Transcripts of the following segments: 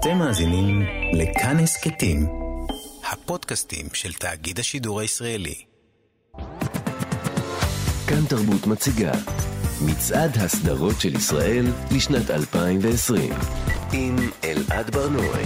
אתם מאזינים לכאן הסכתים, הפודקאסטים של תאגיד השידור הישראלי. כאן תרבות מציגה מצעד הסדרות של ישראל לשנת 2020 עם אלעד ברנועי.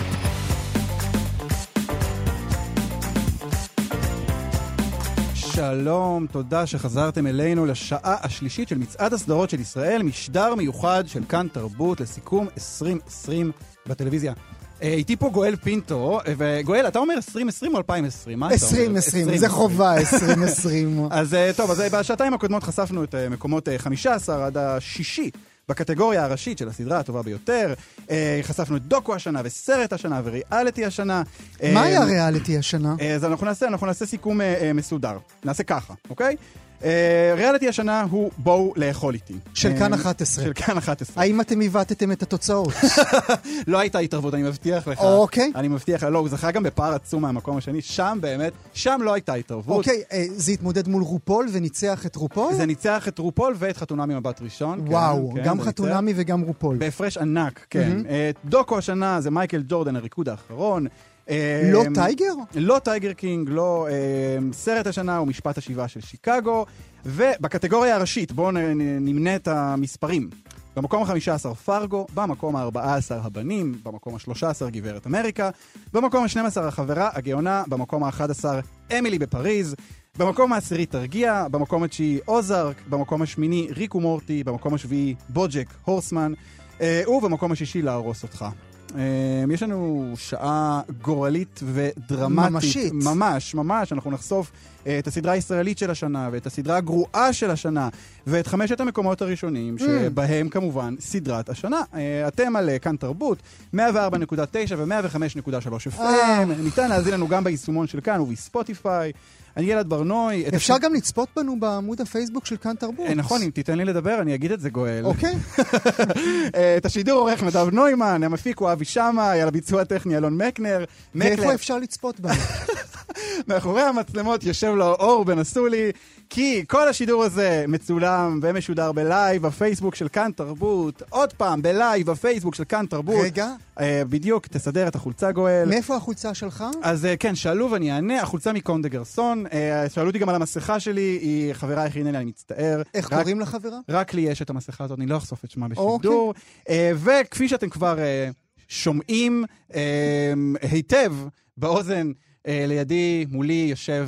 שלום, תודה שחזרתם אלינו לשעה השלישית של מצעד הסדרות של ישראל, משדר מיוחד של כאן תרבות לסיכום 2020 בטלוויזיה. איתי פה גואל פינטו, וגואל, אתה אומר 2020 או 2020? 2020, זה חובה 2020. אז טוב, אז בשעתיים הקודמות חשפנו את מקומות 15 עד השישי בקטגוריה הראשית של הסדרה הטובה ביותר. חשפנו את דוקו השנה וסרט השנה וריאליטי השנה. מה היה ריאליטי השנה? אז אנחנו נעשה סיכום מסודר. נעשה ככה, אוקיי? ריאליטי השנה הוא בואו לאכול איתי. של כאן 11. של כאן 11. האם אתם הבטתם את התוצאות? לא הייתה התערבות, אני מבטיח לך. אוקיי. אני מבטיח לך, לא, הוא זכה גם בפער עצום מהמקום השני, שם באמת, שם לא הייתה התערבות. אוקיי, זה התמודד מול רופול וניצח את רופול? זה ניצח את רופול ואת חתונה ממבט ראשון. וואו, גם חתונמי וגם רופול. בהפרש ענק, כן. דוקו השנה זה מייקל ג'ורדן, הריקוד האחרון. לא טייגר? לא טייגר קינג, לא סרט השנה הוא משפט השיבה של שיקגו. ובקטגוריה הראשית, בואו נמנה את המספרים. במקום ה-15 פרגו, במקום ה-14 הבנים, במקום ה-13 גברת אמריקה, במקום ה-12 החברה הגאונה, במקום ה-11 אמילי בפריז, במקום ה-10 תרגיע, במקום ה-9 אוזארק, במקום ה-8 ריק ומורטי, במקום ה-7 בוג'ק הורסמן, ובמקום ה-6 להרוס אותך. יש לנו שעה גורלית ודרמטית. ממשית. ממש. אנחנו נחשוף את הסדרה הישראלית של השנה, ואת הסדרה הגרועה של השנה, ואת 5 המקומות הראשונים, שבהם כמובן סדרת השנה. אתם על כאן תרבות, 104.9 ו-105.3 FM. ניתן להזין לנו גם ביישומון של כאן ובספוטיפיי. אני אלעד ברנועי. אפשר גם לצפות בנו בעמוד הפייסבוק של כאן תרבות. נכון, אם תיתן לי לדבר, אני אגיד את זה גואל. אוקיי. את השידור עורך נדב נוימן, המפיק הוא אבי שמה, על הביצוע הטכני אלון מקנר. ואיפה אפשר לצפות בנו? מאחורי המצלמות יושב לו אור בן אסולי, כי כל השידור הזה מצולם ומשודר בלייב בפייסבוק של כאן תרבות. עוד פעם, בלייב בפייסבוק של כאן תרבות. רגע. בדיוק, תסדר את החולצה גואל. מאיפה החולצה שלך? אז כן, שאלו ואני אענה, החולצה מקונדה גרסון. שאלו אותי גם על המסכה שלי, היא חברה הכינה לי, אני מצטער. איך קוראים לחברה? רק לי יש את המסכה הזאת, אני לא אחשוף את שמה בשידור. וכפי שאתם כבר שומעים היטב באוזן, לידי, מולי, יושב,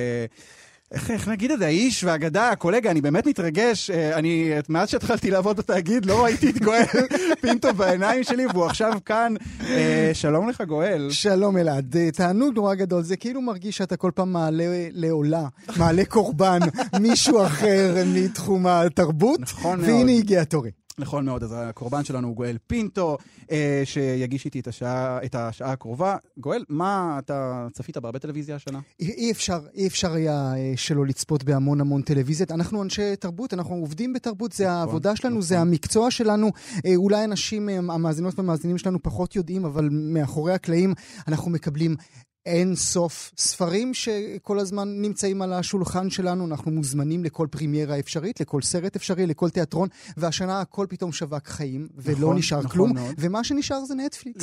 איך נגיד את זה, האיש והאגדה, הקולגה, אני באמת מתרגש, מאז שהתחלתי לעבוד בתאגיד, לא ראיתי את גואל פינטו בעיניים שלי, והוא עכשיו כאן. שלום לך גואל. שלום אלעד, תענוג נורא גדול, זה כאילו מרגיש שאתה כל פעם מעלה לעולה, מעלה קורבן, מישהו אחר מתחום התרבות, נכון והנה הגיע תורי. נכון מאוד, אז הקורבן שלנו הוא גואל פינטו, שיגיש איתי את השעה הקרובה. גואל, מה אתה צפית בהרבה טלוויזיה השנה? אי אפשר היה שלא לצפות בהמון טלוויזיות. אנחנו אנשי תרבות, אנחנו עובדים בתרבות, זה העבודה שלנו, זה המקצוע שלנו. אולי אנשים, המאזינות והמאזינים שלנו פחות יודעים, אבל מאחורי הקלעים אנחנו מקבלים אין סוף ספרים שכל הזמן נמצאים על השולחן שלנו. אנחנו מוזמנים לכל פרימיירה אפשרית, לכל סרט אפשרי, לכל תיאטרון, והשנה הכל פתאום שווק חיים, ולא נשאר כלום, ומה שנשאר זה נטפליקס.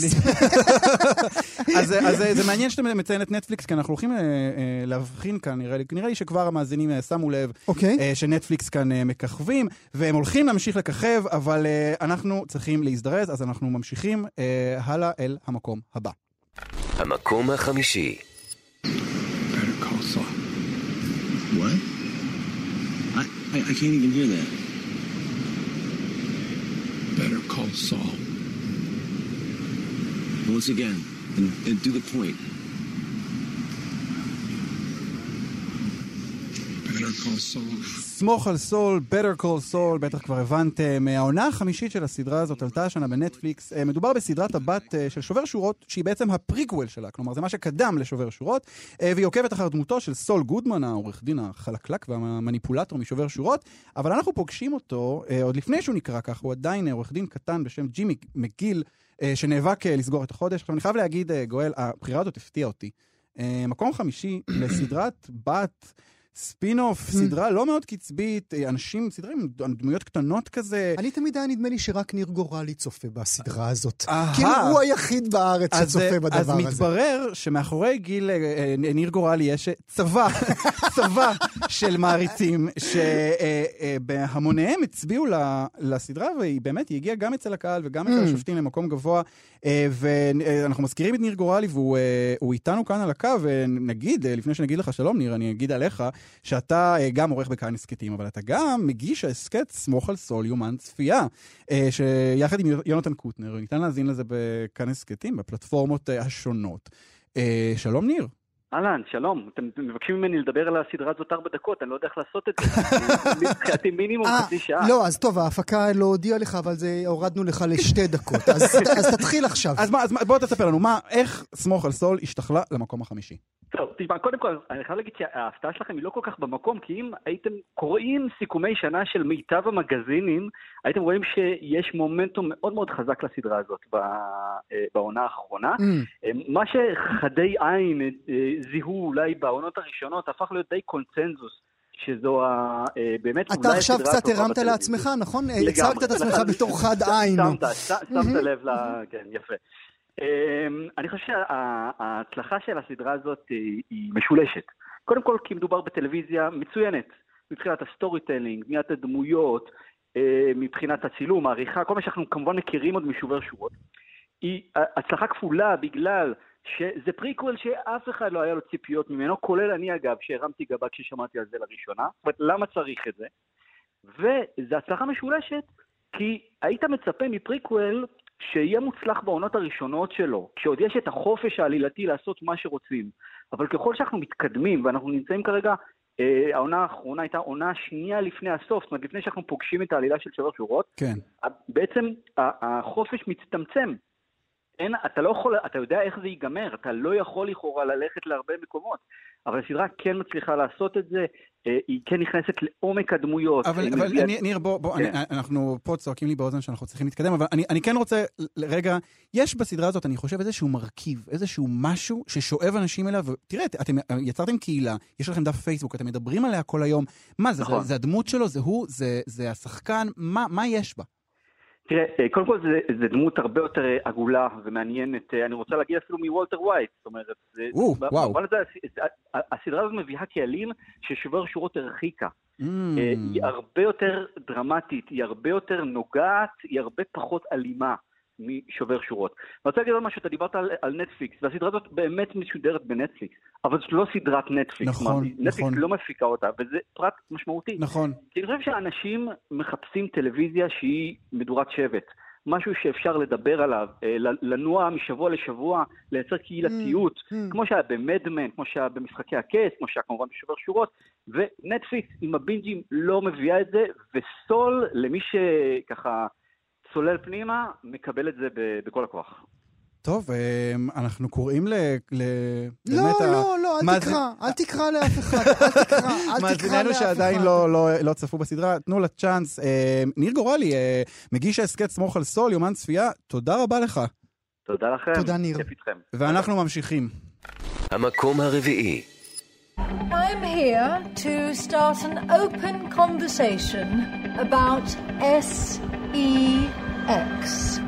אז זה מעניין שאתם מציין את נטפליקס, כי אנחנו הולכים להבחין כאן, נראה לי שכבר המאזינים שמו לב שנטפליקס כאן מככבים, והם הולכים להמשיך לככב, אבל אנחנו צריכים להזדרז, אז אנחנו ממשיכים הלאה אל המקום הבא. המקום החמישי. Better call Saul. What? I can't even hear that. Better call Saul. Once again, and do the point. Better call Saul. סמוך על סול, Better Call Saul, בטח כבר הבנתם. העונה החמישית של הסדרה הזאת עלתה השנה בנטפליקס. מדובר בסדרת הבת של שובר שורות, שהיא בעצם הפריקוול שלה, כלומר זה מה שקדם לשובר שורות, והיא עוקבת אחר דמותו של סול גודמן, העורך דין החלקלק והמניפולטור משובר שורות, אבל אנחנו פוגשים אותו, עוד לפני שהוא נקרא כך, הוא עדיין עורך דין קטן בשם ג'ימי מגיל, שנאבק לסגור את החודש. עכשיו אני חייב להגיד, גואל, הבחירה הזאת הפתיעה אותי. מקום חמישי לסדרת בת ספין-אוף, סדרה לא מאוד קצבית, אנשים, סדרה עם דמויות קטנות כזה. אני תמיד היה נדמה לי שרק ניר גורלי צופה בסדרה הזאת. כאילו הוא היחיד בארץ שצופה בדבר הזה. אז מתברר שמאחורי גיל ניר גורלי יש צבא של מעריצים, שבהמוניהם הצביעו לסדרה, והיא באמת, היא הגיעה גם אצל הקהל וגם אצל השופטים למקום גבוה, ואנחנו מזכירים את ניר גורלי, והוא איתנו כאן על הקו, ונגיד, לפני שנגיד לך שלום ניר, אני אגיד עליך, שאתה גם עורך בכאן הסקטים, אבל אתה גם מגיש ההסקט סמוך על סול יומן צפייה, שיחד עם יונתן קוטנר, ניתן להזין לזה בכאן הסקטים, בפלטפורמות השונות. שלום ניר. אהלן, שלום. אתם מבקשים ממני לדבר על הסדרה הזאת 4 דקות, אני לא יודע איך לעשות את זה. מבחינתי מינימום חצי שעה. לא, אז טוב, ההפקה לא הודיעה לך, אבל זה הורדנו לך ל2 דקות. אז תתחיל עכשיו. אז בוא תספר לנו, איך סמוך על סול השתחלה למקום החמישי? טוב, תשמע, קודם כל, אני חייב להגיד שההפתעה שלכם היא לא כל כך במקום, כי אם הייתם קוראים סיכומי שנה של מיטב המגזינים, הייתם רואים שיש מומנטום מאוד מאוד חזק לסדרה הזאת בעונה האחרונה. מה שחדי עין זיהו אולי בעונות הראשונות, הפך להיות די קונצנזוס, שזו באמת... אתה עכשיו קצת הרמת לעצמך, נכון? הצגת את עצמך בתור חד עין. שמת לב כן, יפה. אני חושב שההצלחה של הסדרה הזאת היא משולשת. קודם כל, כי מדובר בטלוויזיה מצוינת, מבחינת הסטורי טלינג, מבחינת הדמויות, מבחינת הצילום, העריכה, כל מה שאנחנו כמובן מכירים עוד משובר שורות. היא הצלחה כפולה בגלל שזה פריקוול שאף אחד לא היה לו ציפיות ממנו, כולל אני אגב, שהרמתי גבה כששמעתי על זה לראשונה. למה צריך את זה? וזו הצלחה משולשת, כי היית מצפה מפריקוול שיהיה מוצלח בעונות הראשונות שלו, כשעוד יש את החופש העלילתי לעשות מה שרוצים. אבל ככל שאנחנו מתקדמים, ואנחנו נמצאים כרגע, העונה האחרונה הייתה עונה שנייה לפני הסוף, זאת אומרת, לפני שאנחנו פוגשים את העלילה של שובר שורות, כן. בעצם החופש מצטמצם. אתה לא יכול, אתה יודע איך זה ייגמר, אתה לא יכול לכאורה ללכת להרבה מקומות, אבל הסדרה כן מצליחה לעשות את זה, היא כן נכנסת לעומק הדמויות. אבל ניר, אנחנו פה צועקים לי באוזן שאנחנו צריכים להתקדם, אבל אני כן רוצה, רגע, יש בסדרה הזאת, אני חושב, איזשהו מרכיב, איזשהו משהו ששואב אנשים אליו, ותראה, אתם יצרתם קהילה, יש לכם דף פייסבוק, אתם מדברים עליה כל היום, מה זה? זה הדמות שלו, זה הוא, זה השחקן, מה יש בה? תראה, קודם כל זה דמות הרבה יותר עגולה ומעניינת, אני רוצה להגיד אפילו מוולטר ווייט, זאת אומרת, הסדרה הזאת מביאה קהלים ששובר שורות הרחיקה, היא הרבה יותר דרמטית, היא הרבה יותר נוגעת, היא הרבה פחות אלימה משובר שורות. אני רוצה להגיד על משהו, אתה דיברת על נטפליקס, והסדרה הזאת באמת משודרת בנטפליקס, אבל זו לא סדרת נטפליקס, נטפליקס לא מפיקה אותה, וזה פרט משמעותי. נכון. כי אני חושב שאנשים מחפשים טלוויזיה שהיא מדורת שבט, משהו שאפשר לדבר עליו, לנוע משבוע לשבוע, לייצר קהילתיות, כמו שהיה במדמן, כמו שהיה במשחקי הכס, כמו שהיה כמובן בשובר שורות, ונטפליקס עם הבינג'ים לא מביאה את זה, וסול למי שככה צולל פנימה, מקבל את זה בכל הכוח. טוב, אנחנו קוראים לא, אל תקרא לאף אחד, מאזיננו שעדיין לא צפו בסדרה, תנו לה צ'אנס. ניר גורלי, מגיש ההסקט סמוך על סול, יומן צפייה, תודה רבה לך. תודה לכם. תודה ניר. ואנחנו ממשיכים. המקום הרביעי. I'm here to start an open conversation about SEX.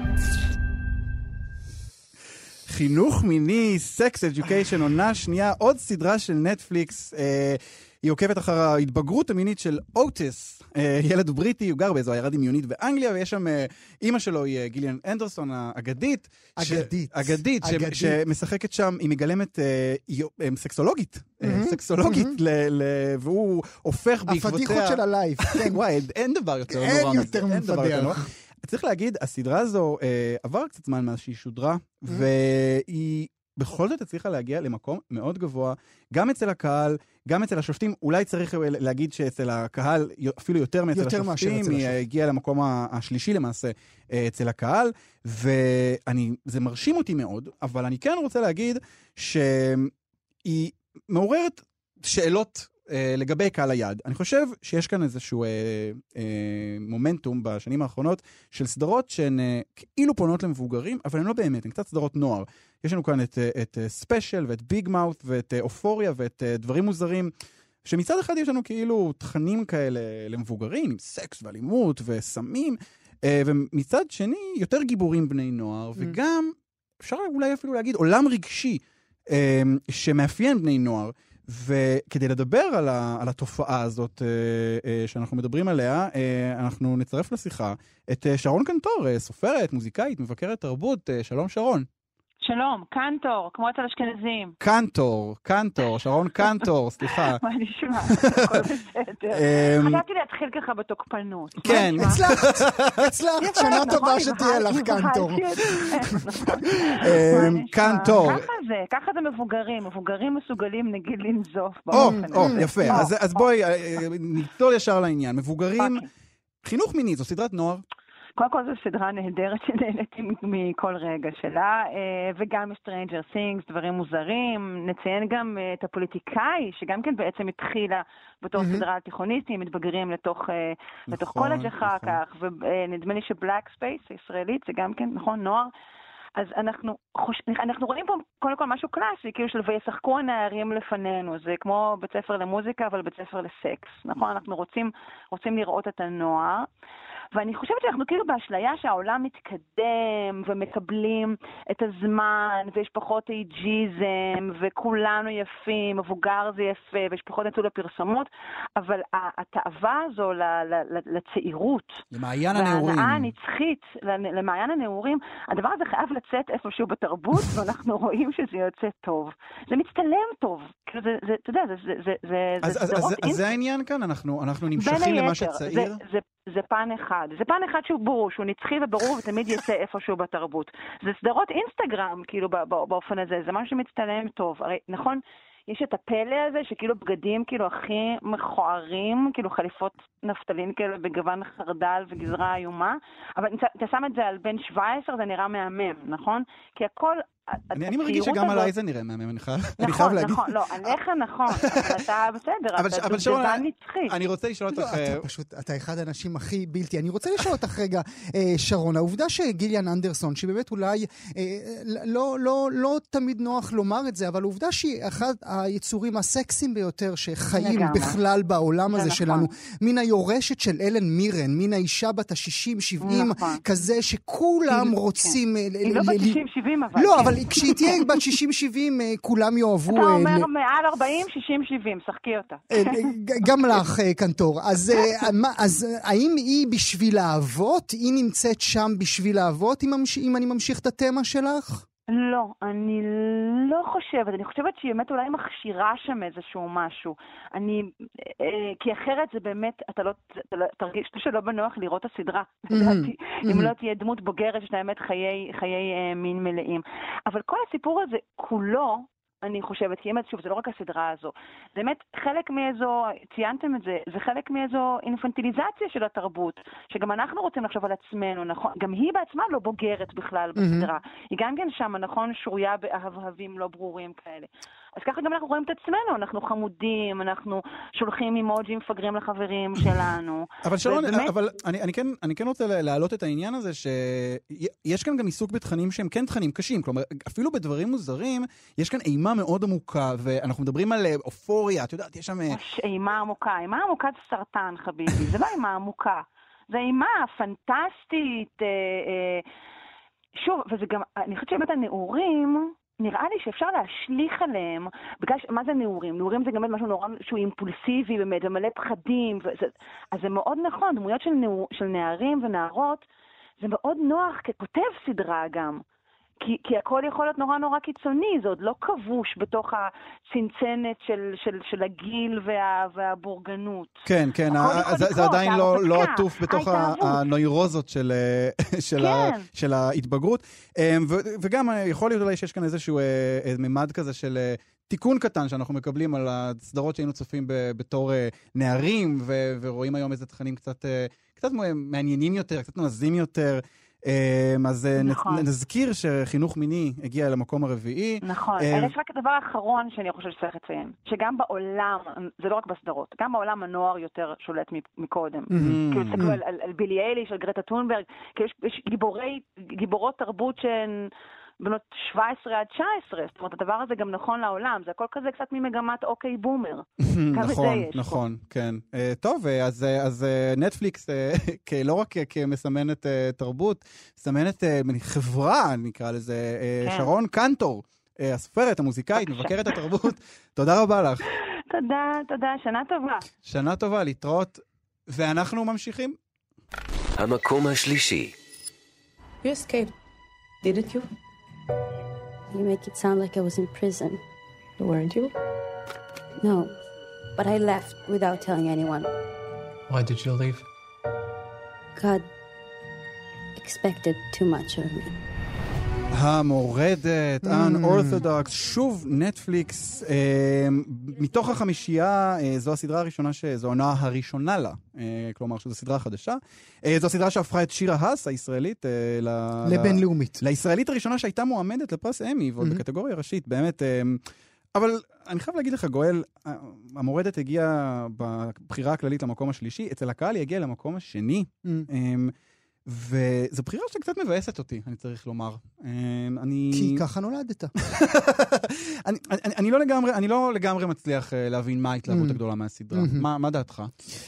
חינוך מיני, סקס אדיוקיישן, עונה שנייה, עוד סדרה של נטפליקס. היא עוקבת אחר ההתבגרות המינית של אוטיס, ילד בריטי, הוא גר באיזו עיירה דמיונית באנגליה, ויש שם, אמא שלו היא גיליאן אנדרסון האגדית. אגדית, שמשחקת שם, היא מגלמת סקסולוגית, והוא הופך בעקבותיה... הפדיחות של הלייף. וואי, אין דבר יותר נורא. אין יותר מפדח. צריך להגיד, הסדרה הזו עבר קצת זמן מאז שהיא שודרה, והיא בכל זאת הצליחה להגיע למקום מאוד גבוה, גם אצל הקהל, גם אצל השופטים. אולי צריך להגיד שאצל הקהל, אפילו יותר מאצל השופטים, היא הגיעה למקום השלישי למעשה אצל הקהל, וזה מרשים אותי מאוד, אבל אני כן רוצה להגיד שהיא מעוררת שאלות לגבי קהל היעד. אני חושב שיש כאן איזשהו מומנטום בשנים האחרונות של סדרות שהן כאילו פונות למבוגרים, אבל הן לא באמת, הן קצת סדרות נוער. יש לנו כאן את ספיישל ואת ביג מאות' ואת אופוריה ואת דברים מוזרים. שמצד אחד יש לנו כאילו תכנים כאלה למבוגרים, עם סקס ואלימות וסמים, ומצד שני יותר גיבורים בני נוער, וגם אפשר אולי אפילו להגיד עולם רגשי שמאפיין בני נוער, וכדי לדבר על התופעה הזאת שאנחנו מדברים עליה, אנחנו נצרף לשיחה את שרון קנטור, סופרת, מוזיקאית, מבקרת תרבות. שלום שרון. שלום, קנטור, כמו אצל אשכנזים. קנטור, שרון קנטור, סליחה. מה נשמע? הכל בסדר. חשבתי להתחיל ככה בתוקפנות. כן. הצלחת, שנה טובה שתהיה לך, קנטור. קנטור. ככה זה מבוגרים מסוגלים נגיד לנזוף. יפה, אז בואי נצלול ישר לעניין. מבוגרים, חינוך מיני, זו סדרת נוער? קודם כל זו סדרה נהדרת שנהנתי מכל רגע שלה, וגם Stranger Things, דברים מוזרים. נציין גם את הפוליטיקאי, שגם כן בעצם התחילה בתור סדרה תיכוניסטים, מתבגרים לתוך קולג' אחר כך, ונדמה לי שבלק ספייס, הישראלית, זה גם כן, נכון, נוער. אז אנחנו רואים פה קודם כל משהו קלאסי, כאילו של וישחקו הנערים לפנינו. זה כמו בית ספר למוזיקה, אבל בית ספר לסקס. נכון? אנחנו רוצים לראות את הנוער. ואני חושבת שאנחנו כאילו באשליה שהעולם מתקדם ומקבלים את הזמן, ויש פחות אייג'יזם, וכולנו יפים, מבוגר זה יפה, ויש פחות ניצול לפרסומות, אבל התאווה הזו לצעירות, למעיין הנעורים, וההנאה הנצחית, למעיין הנעורים, הדבר הזה חייב לצאת איפשהו בתרבות, ואנחנו רואים שזה יוצא טוב. זה מצטלם טוב. אתה יודע, אז זה העניין כאן? אנחנו נמשכים למה שצעיר? זה פן אחד. זה פן אחד שהוא ברור, שהוא נצחי וברור ותמיד יצא איפשהו בתרבות. זה סדרות אינסטגרם, כאילו, באופן הזה. זה משהו שמצטלם טוב. הרי, נכון, יש את הפלא הזה שכאילו בגדים כאילו הכי מכוערים, כאילו חליפות נפטלין כאלה בגוון חרדל וגזרה איומה, אבל אתה שם את זה על בן 17, זה נראה מהמם, נכון? כי הכל... אני מרגיש שגם עליי זה נראה מהמם, אני חייב להגיד. נכון, לא, עליך נכון, אבל אתה בסדר, אתה דוגדגן נצחי. אני רוצה לשאול אותך... אתה אחד האנשים הכי בלתי. אני רוצה לשאול אותך רגע, שרון, העובדה שגיליאן אנדרסון, שבאמת אולי לא תמיד נוח לומר את זה, אבל העובדה שהיא אחד היצורים הסקסיים ביותר שחיים בכלל בעולם הזה שלנו, מן היורשת של אלן מירן, מן האישה בת ה-60-70, כזה שכולם רוצים... היא לא בת 60-70, אבל... לא, אבל כשהיא תהיה בת 60-70, כולם יאהבו... אתה אומר מעל 40, 60-70, שחקי אותה. גם לך, קנטור. אז האם היא בשביל האבות? היא נמצאת שם בשביל האבות, אם אני ממשיך את התמה שלך? לא, אני לא חושבת. אני חושבת שהיא באמת אולי מכשירה שם איזשהו משהו. כי אחרת זה באמת, אתה תרגיש שלא בנוח לראות את הסדרה. אם לא תהיה דמות בוגרת, יש באמת חיי מין מלאים. אבל כל הסיפור הזה כולו, אני חושבת, כי שוב, זה לא רק הסדרה הזו. זה באמת חלק מאיזו, ציינתם את זה, זה חלק מאיזו אינפנטיליזציה של התרבות, שגם אנחנו רוצים לחשוב על עצמנו, נכון? גם היא בעצמה לא בוגרת בכלל בסדרה. היא גם כן שם, נכון, שרויה באהבים לא ברורים כאלה. אז ככה גם אנחנו רואים את עצמנו, אנחנו חמודים, אנחנו שולחים אימוג'ים מפגרים לחברים שלנו. אבל שרון, אבל אני כן רוצה להעלות את העניין הזה, שיש כאן גם עיסוק בתכנים שהם כן תכנים קשים, כלומר, אפילו בדברים מוזרים, יש כאן אימה מאוד עמוקה, ואנחנו מדברים על אופוריה, את יודעת, יש שם... אימה עמוקה זה סרטן, חביבי, זה לא אימה עמוקה, זה אימה פנטסטית, שוב, וזה גם, אני חושבת שבאמת הנעורים, נראה לי שאפשר להשליך עליהם, בגלל מה זה נעורים? נעורים זה גם משהו נורא שהוא אימפולסיבי, באמת, ומלא פחדים, אז זה מאוד נכון, דמויות של נערים ונערות, זה מאוד נוח ככותב סדרה גם, כי הכל יכול להיות נורא נורא קיצוני, זה עוד לא כבוש בתוך הצנצנת של הגיל והבורגנות. כן, זה עדיין לא עטוף בתוך הנוירוזות של ההתבגרות, וגם יכול להיות אולי שיש כאן איזשהו ממד כזה של תיקון קטן שאנחנו מקבלים על הסדרות שהיינו צופים בתור נערים, ורואים היום איזה תכנים קצת מעניינים יותר, קצת נועזים יותר, אז נזכיר שחינוך מיני הגיע למקום הרביעי. נכון, יש רק הדבר האחרון שאני חושב שצריך לציין, שגם בעולם, זה לא רק בסדרות, גם בעולם הנוער יותר שולט מקודם. כאילו תסתכלו על בילי אייליש, על גרטה טונברג, יש גיבורות תרבות שהן בנות 17 עד 19, זאת אומרת, הדבר הזה גם נכון לעולם, זה הכל כזה קצת ממגמת אוקיי בומר. נכון, כן. טוב, אז נטפליקס, לא רק כמסמנת תרבות, מסמנת חברה, נקרא לזה, שרון קנטור, הסופרת, המוזיקאית, מבקרת התרבות, תודה רבה לך. תודה, שנה טובה. שנה טובה, להתראות, ואנחנו ממשיכים. המקום השלישי. You escaped, didn't you? You make it sound like I was in prison. Weren't you? No, but I left without telling anyone. Why did you leave? God expected too much of me. המורדת, Unorthodox, שוב נטפליקס, מתוך החמישייה, זו הסדרה הראשונה, זו העונה הראשונה לה, כלומר שזו סדרה חדשה. זו הסדרה שהפכה את שירה האס, הישראלית, לבינלאומית. לישראלית הראשונה שהייתה מועמדת לפרס אמי, ועוד בקטגוריה ראשית, באמת. אבל אני חייב להגיד לך, גואל, המורדת הגיעה בבחירה הכללית למקום השלישי, אצל הקהל היא הגיעה למקום השני. וזו בחירה שקצת מבאסת אותי, אני צריך לומר. כי ככה נולדת. אני לא לגמרי מצליח להבין מה ההתלהבות הגדולה מהסדרה. מה דעתך?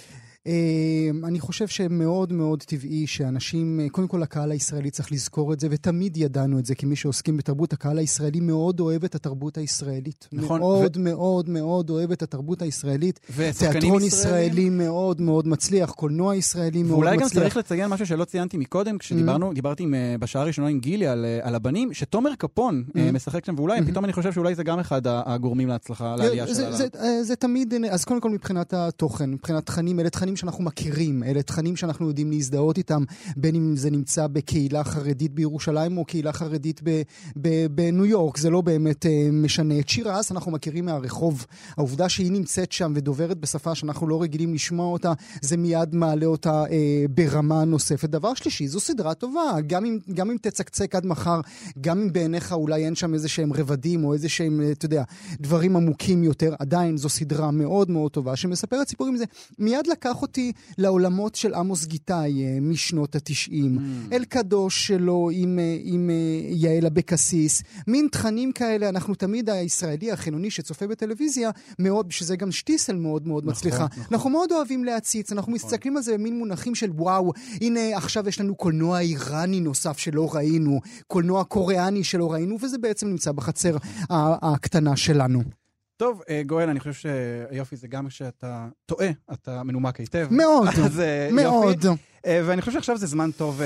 אני חושב שמאוד מאוד טבעי שאנשים, קודם כל הקהל הישראלי צריך לזכור את זה, ותמיד ידענו את זה, כי מי שעוסקים בתרבות, הקהל הישראלי מאוד אוהב את התרבות הישראלית. מאוד מאוד מאוד אוהב את התרבות הישראלית. תיאטרון ישראלי מאוד מאוד מצליח, קולנוע ישראלי מאוד מצליח. ואולי גם צריך לציין משהו שלא ציינתי מקודם, כשדיברתי בשעה הראשונה עם גילי על הבנים, שתומר קפון משחק שם, ואולי פתאום אני חושב שאולי זה גם אחד הגורמים להצלחה, לעלייה שלה. זה תמיד, אז קודם כל מבחינת התוכן, מבחינת תכנים, אלה תכנים שאנחנו מכירים, אלה תכנים שאנחנו יודעים להזדהות איתם, בין אם זה נמצא בקהילה חרדית בירושלים או קהילה חרדית בניו יורק, זה לא באמת משנה. את שירה האס אנחנו מכירים מהרחוב, העובדה שהיא נמצאת שם ודוברת בשפה שאנחנו לא רגילים לשמוע אותה, זה מיד מעלה אותה ברמה נוספת. דבר שלישי, זו סדרה טובה, גם אם תצקצק עד מחר, גם אם בעיניך אולי אין שם איזה שהם רבדים או איזה שהם, אתה יודע, דברים עמוקים יותר, עדיין זו סדרה מאוד מאוד טובה, שמספרת סיפורים זה. מיד לקח אותי לעולמות של עמוס גיטאי משנות ה-90. אל קדוש שלו עם יעל אבקסיס. מין תכנים כאלה, אנחנו תמיד הישראלי החילוני שצופה בטלוויזיה, מאוד, שזה גם שטיסל מאוד מאוד מצליחה. אנחנו מאוד אוהבים להציץ, אנחנו מסתכלים על זה במין מונחים של וואו, הנה עכשיו יש לנו קולנוע איראני נוסף שלא ראינו, קולנוע קוריאני שלא ראינו, וזה בעצם נמצא בחצר הקטנה שלנו. טוב, גואל, אני חושב שיופי, זה גם כשאתה טועה, אתה מנומק היטב. מאוד, מאוד. ואני חושב שעכשיו זה זמן טוב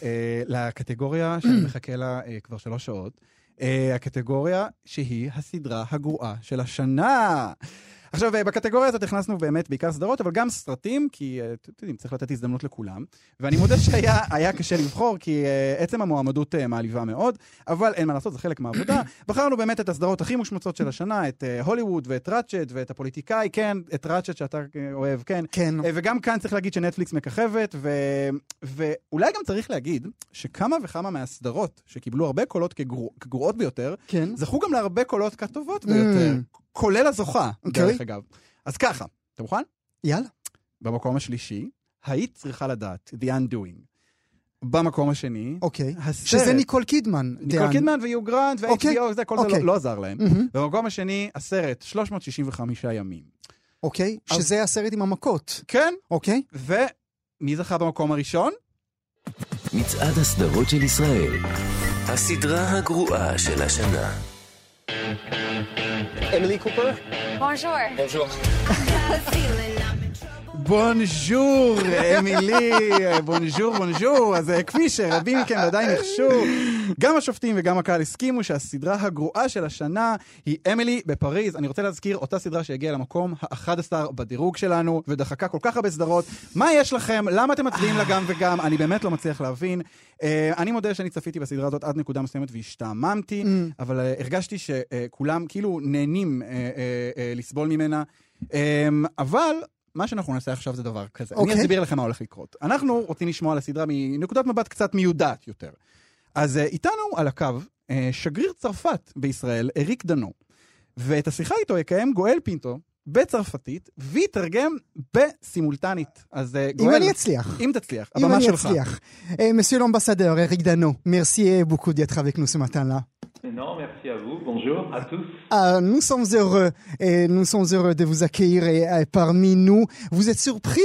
לקטגוריה שאני מחכה לה כבר 3 שעות. הקטגוריה שהיא הסדרה הגרועה של השנה. עכשיו, בקטגוריה הזאת הכנסנו באמת בעיקר סדרות, אבל גם סרטים, כי צריך לתת הזדמנות לכולם. ואני מודה שהיה קשה לבחור, כי עצם המועמדות מעליבה מאוד, אבל אין מה לעשות, זה חלק מהעבודה. בחרנו באמת את הסדרות הכי מושמצות של השנה, את הוליווד ואת ראצ'ט ואת הפוליטיקאי, כן, את ראצ'ט שאתה אוהב, כן. כן. וגם כאן צריך להגיד שנטפליקס מככבת, ואולי גם צריך להגיד שכמה וכמה מהסדרות שקיבלו הרבה קולות כגרועות ביותר, כן. זכו גם להרבה קולות כטובות ביותר. כולל הזוכה, דרך אגב. אז ככה, אתה מוכן? יאללה. במקום השלישי, היית צריכה לדעת, The Undoing. במקום השני, הסרט. שזה ניקול קידמן. ניקול קידמן ויו גרנט ו-HBO, זה, כל זה לא עזר להם. במקום השני, הסרט, 365 ימים. אוקיי, שזה הסרט עם המכות. כן. אוקיי. ומי זכה במקום הראשון? מצעד הסדרות של ישראל. הסדרה הגרועה של השנה. Emily Cooper? Bonjour. Bonjour. בונז'ור, אמילי, בונז'ור. אז כפי שרבים מכם עדיין נחשו, גם השופטים וגם הקהל הסכימו שהסדרה הגרועה של השנה היא אמילי בפריז. אני רוצה להזכיר אותה סדרה שהגיעה למקום ה-11 בדירוג שלנו, ודחקה כל כך הרבה סדרות. מה יש לכם? למה אתם מצביעים לה גם וגם? אני באמת לא מצליח להבין. אני מודה שאני צפיתי בסדרה הזאת עד נקודה מסוימת והשתעממתי, אבל הרגשתי שכולם כאילו נהנים לסבול ממנה. אבל מה שאנחנו נעשה עכשיו זה דבר כזה. אני אסביר לכם מה הולך לקרות. אנחנו רוצים לשמוע על הסדרה מנקודת מבט קצת מיודעת יותר. אז איתנו על הקו שגריר צרפת בישראל, אריק דנו. ואת השיחה איתו יקיים גואל פינטו, בצרפתית, ויתרגם בסימולטנית. אז אם אני אצליח. אם תצליח, הבמה שלך. Monsieur l'ambassadeur Éric Dano, merci beaucoup d'être avec nous ce matin-là. Non, merci à vous. Bonjour à tous. Nous sommes heureux de vous accueillir parmi nous. Vous êtes surpris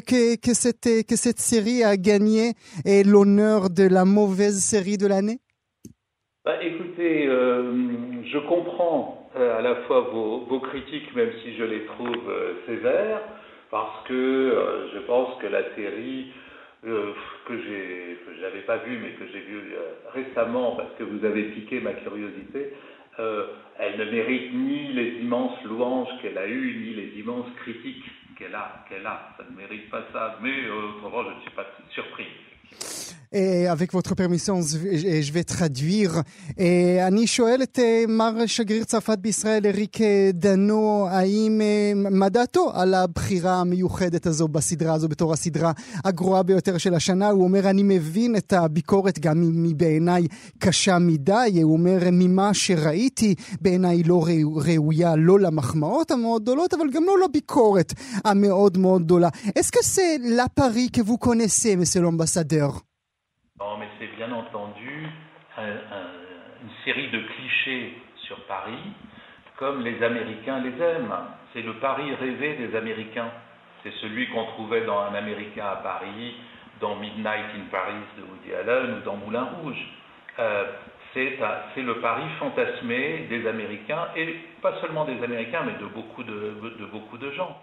que cette série a gagné l'honneur de la mauvaise série de l'année? Écoutez, je comprends à la fois vos critiques, même si je les trouve sévères, parce que je pense que la série que j'avais pas vue, mais que j'ai vue récemment, parce que vous avez piqué ma curiosité, elle ne mérite ni les immenses louanges qu'elle a eues, ni les immenses critiques qu'elle a. Ça ne mérite pas ça, mais autrement, je ne suis pas surpris. Et avec votre permission, je vais traduire. אני שואל את מר שגריר צרפת בישראל, אריק דנו, מה דעתו על הבחירה המיוחדת הזו בסדרה הזו בתור הסדרה הגרועה ביותר של השנה? הוא אומר, אני מבין את הביקורת, גם מבעיניי קשה מדי. הוא אומר, ממה שראיתי, בעיניי לא ראויה, לא למחמאות המאוד גדולות, אבל גם לא לביקורת המאוד מאוד גדולה. Est-ce que c'est la Paris que vous connaissez, monsieur l'ambassadeur? Non, mais c'est bien entendu une série de clichés sur Paris, comme les Américains les aiment. C'est le Paris rêvé des Américains. C'est celui qu'on trouvait dans Un Américain à Paris, dans Midnight in Paris de Woody Allen ou dans Moulin Rouge. C'est le Paris fantasmé des Américains, et pas seulement des Américains, mais de beaucoup de gens.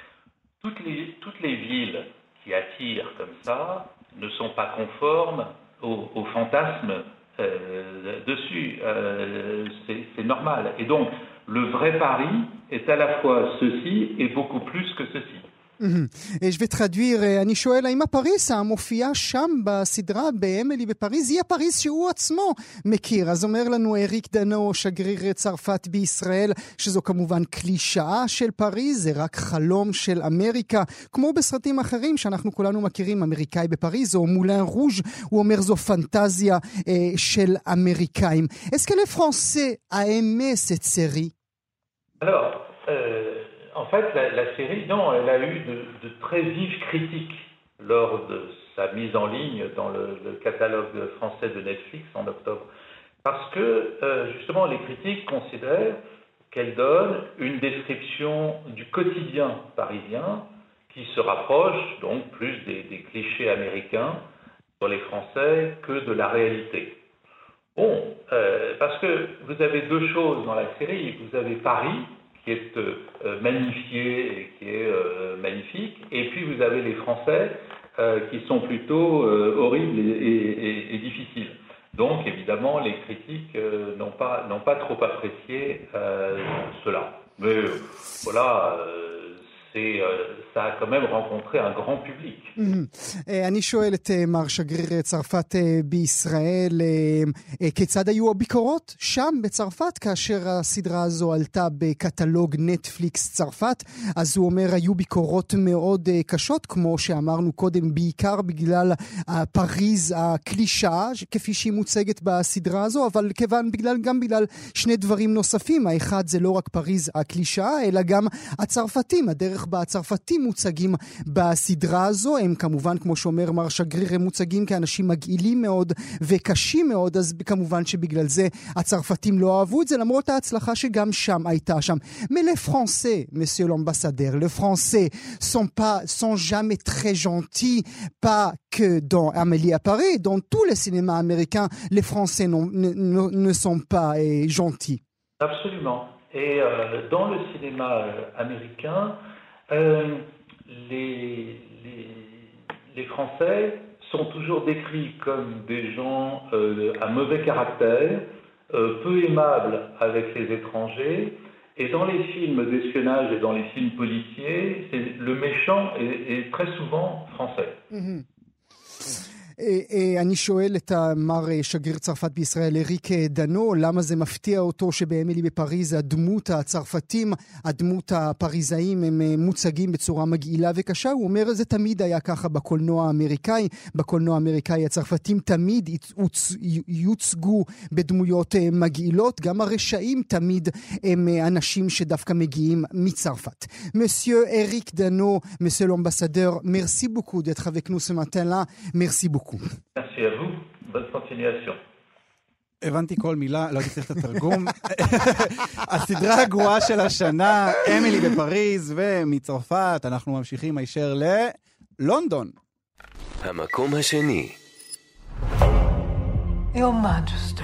Toutes les villes qui attirent comme ça ne sont pas conformes au fantasme dessus. C'est normal. Et donc, le vrai Paris est à la fois ceci et beaucoup plus que ceci. Je vais traduire, אני שואל, האם הפריז המופיע שם בסדרה באמילי בפריז היא הפריז שהוא עצמו מכיר? אז אומר לנו אריק דנו, שגריר צרפת בישראל, שזו כמובן קלישאה של פריז, זה רק חלום של אמריקה, כמו בסרטים אחרים שאנחנו כולנו מכירים, אמריקאי בפריז או מולן רוז', הוא אומר זו פנטזיה של אמריקאים. Est-ce que les Français a aimé cette série? Alors, en fait, la série, non, elle a eu de très vives critiques lors de sa mise en ligne dans le catalogue français de Netflix en octobre. Parce que, justement, les critiques considèrent qu'elle donne une description du quotidien parisien qui se rapproche donc plus des clichés américains sur les Français que de la réalité. Bon, parce que vous avez deux choses dans la série. Vous avez Paris, qui est magnifié et qui est magnifique, et puis vous avez les Français qui sont plutôt horribles et difficiles. Donc évidemment les critiques n'ont pas trop apprécié cela. Mais voilà, ça a quand même rencontré un grand public. אני שואל את מר שגריר צרפת בישראל, כיצד היו הביקורות שם בצרפת כאשר הסדרה הזו עלתה בקטלוג נטפליקס צרפת? אז הוא אומר, היו ביקורות מאוד קשות, כמו שאמרנו קודם, בעיקר בגלל פריז הקלישאה, כפי שהיא מוצגת בסדרה הזו, אבל גם בגלל שני דברים נוספים. האחד זה לא רק פריז הקלישאה, אלא גם הצרפתים, הדרך הצרפתים מוצגים בסדרה הזו, הם כמובן, כמו שאומר מר שגריר, הם מוצגים כאנשים מגעילים מאוד וקשים מאוד, אז כמובן שבגלל זה הצרפתים לא אהבו את זה, למרות ההצלחה שגם שם הייתה שם. Mais les Français, monsieur l'ambassadeur, les Français sont jamais très gentils, pas que dans Amélie à Paris, dans tous les cinémas américains, les Français ne sont pas gentils. Absolument. Et dans le cinéma américain, les Français sont toujours décrits comme des gens à mauvais caractère, peu aimables avec les étrangers, et dans les films d'espionnage et dans les films policiers, le méchant est très souvent français. אני שואל את מר שגריר צרפת בישראל, אריק דנו, למה זה מפתיע אותו שבאמילי בפריז הדמות הצרפתים, הדמות הפריזאים הם מוצגים בצורה מגעילה וקשה? הוא אומר, זה תמיד היה ככה בקולנוע האמריקאי. בקולנוע האמריקאי הצרפתים תמיד יוצגו בדמויות מגעילות, גם הרשעים תמיד הם אנשים שדווקא מגיעים מצרפת. Monsieur Eric Dano, Monsieur l'ambassadeur, merci beaucoup d'être avec nous ce matin-là. Merci beaucoup. Merci à vous. Bonne continuation. הבנתי כל מילה, לא תצטרך את התרגום. הסדרה הגרועה של השנה, אמילי בפריז, ומצרפת אנחנו ממשיכים הישר ללונדון. המקום השני. Your Majesty,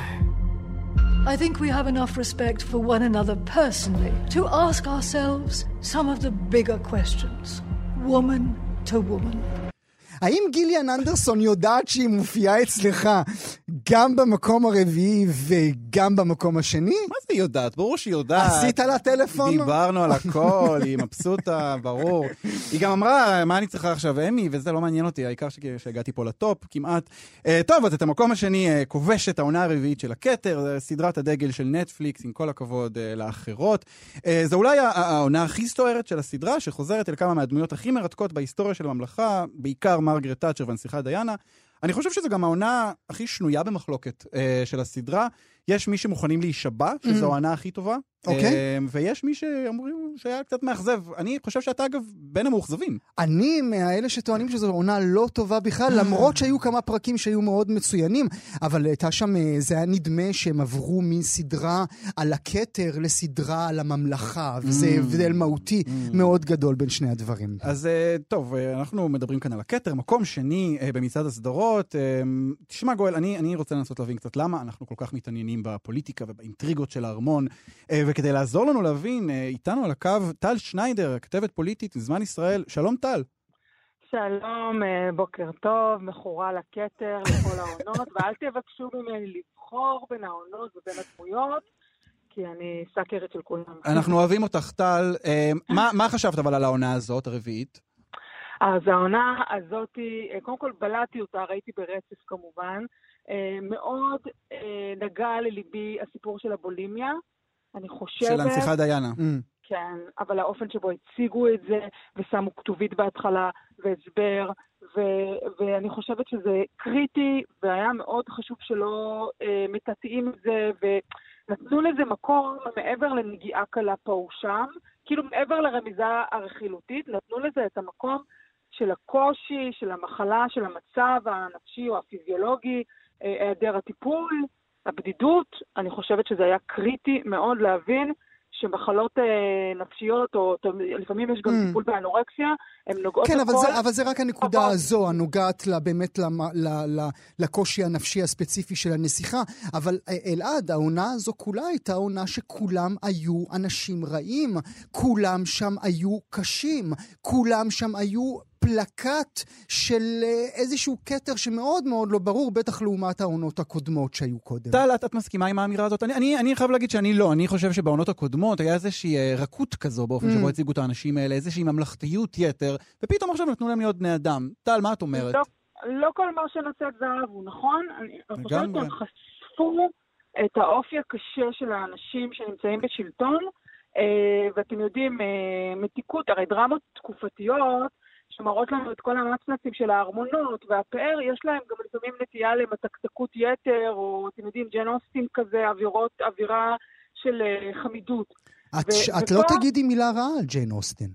I think we have enough respect for one another personally to ask ourselves some of the bigger questions, woman to woman. האם גיליאן אנדרסון יודעת שהיא מופיעה אצלך גם במקום הרביעי וגם במקום השני? מה זה יודעת? ברור שהיא יודעת. עשית לה טלפון? דיברנו על הכל, היא מבסוטה, ברור. היא גם אמרה, מה אני צריכה עכשיו, אמי, וזה לא מעניין אותי, העיקר שהגעתי פה לטופ, כמעט. טוב, אז את המקום השני כובשת העונה הרביעית של הכתר, סדרת הדגל של נטפליקס, עם כל הכבוד לאחרות. זו אולי העונה הכי סוערת של הסדרה, שחוזרת אל כמה מהדמויות הכי מרתקות בהיסטוריה של הממלכה, בעיקר מרגרט תאצ'ר והנסיכה דיאנה. אני חושב שזו גם העונה הכי שנויה במחלוקת של הסדרה. יש מי שמוכנים להישבע, שזו העונה הכי טובה. ויש מי שאומרים שהיה קצת מאכזב. אני חושב שאתה אגב בין המאוכזבים. אני מהאלה שטוענים שזו עונה לא טובה בכלל, למרות שהיו כמה פרקים שהיו מאוד מצוינים, אבל הייתה שם, זה היה נדמה שהם עברו מסדרה על הכתר לסדרה על הממלכה, וזה הבדל מהותי מאוד גדול בין שני הדברים. אז טוב, אנחנו מדברים כאן על הכתר, מקום שני במצעד הסדרות. תשמע גואל, אני רוצה לנסות להבין קצת למה אנחנו כל כך מתעניינים בפוליטיקה ובאינטריגות של הארמון, וכדי לעזור לנו להבין, איתנו על הקו טל שניידר, כתבת פוליטית מזמן ישראל. שלום טל. שלום, בוקר טוב, מכורה לכתר, לכל העונות, ואל תבקשו ממני לבחור בין העונות ובין הדמויות, כי אני סקרת של כולם. אנחנו אוהבים אותך טל. מה חשבת אבל על העונה הזאת, הרביעית? אז העונה הזאת, קודם כל בלעתי אותה, ראיתי ברצף כמובן, מאוד נגע לליבי הסיפור של הבולימיה, אני חושבת... של הנסיכה דיאנה. כן, אבל האופן שבו הציגו את זה, ושמו כתובית בהתחלה, והסבר, ואני חושבת שזה קריטי, והיה מאוד חשוב שלא מטאטאים את זה, ונתנו לזה מקום מעבר לנגיעה קלה פה ושם, כאילו מעבר לרמיזה הרכילותית, נתנו לזה את המקום של הקושי, של המחלה, של המצב הנפשי או הפיזיולוגי, היעדר הטיפול, הבדידות. אני חושבת שזה היה קריטי מאוד להבין שמחלות נפשיות, או לפעמים יש גם טיפול באנורקסיה, הן נוגעות כן, לכל... אבל זה רק הנקודה הזו, הנוגעת באמת לקושי הנפשי הספציפי של הנסיכה, אבל אלעד, העונה הזו כולה הייתה עונה שכולם היו אנשים רעים, כולם שם היו קשים, כולם שם היו פלקט של איזשהו קטר שמאוד מאוד לא ברור, בטח לעומת העונות הקודמות שהיו קודם. טל, את מסכימה עם האמירה הזאת? אני חייב להגיד שאני לא. אני חושב שבעונות הקודמות היה איזושהי רכות כזו באופן שבו הציגו את האנשים האלה, איזושהי ממלכתיות יתר, ופתאום עכשיו נתנו להם להיות בני אדם. טל, מה את אומרת? לא כל מה שנוצאת זהב הוא נכון. אני חושבת שהם חשפו את האופי הקשה של האנשים שנמצאים בשלטון, ואתם יודעים, מתיקות, הרי דרמות תקופתיות, שמראות לנו את כל המצנצים של הארמונות, והפאר יש להם גם לפעמים נטייה למתקתקות יתר, או אתם יודעים, ג'ן אוסטין כזה, אווירה של חמידות. את לא תגידי מילה רעה על ג'יין אוסטין.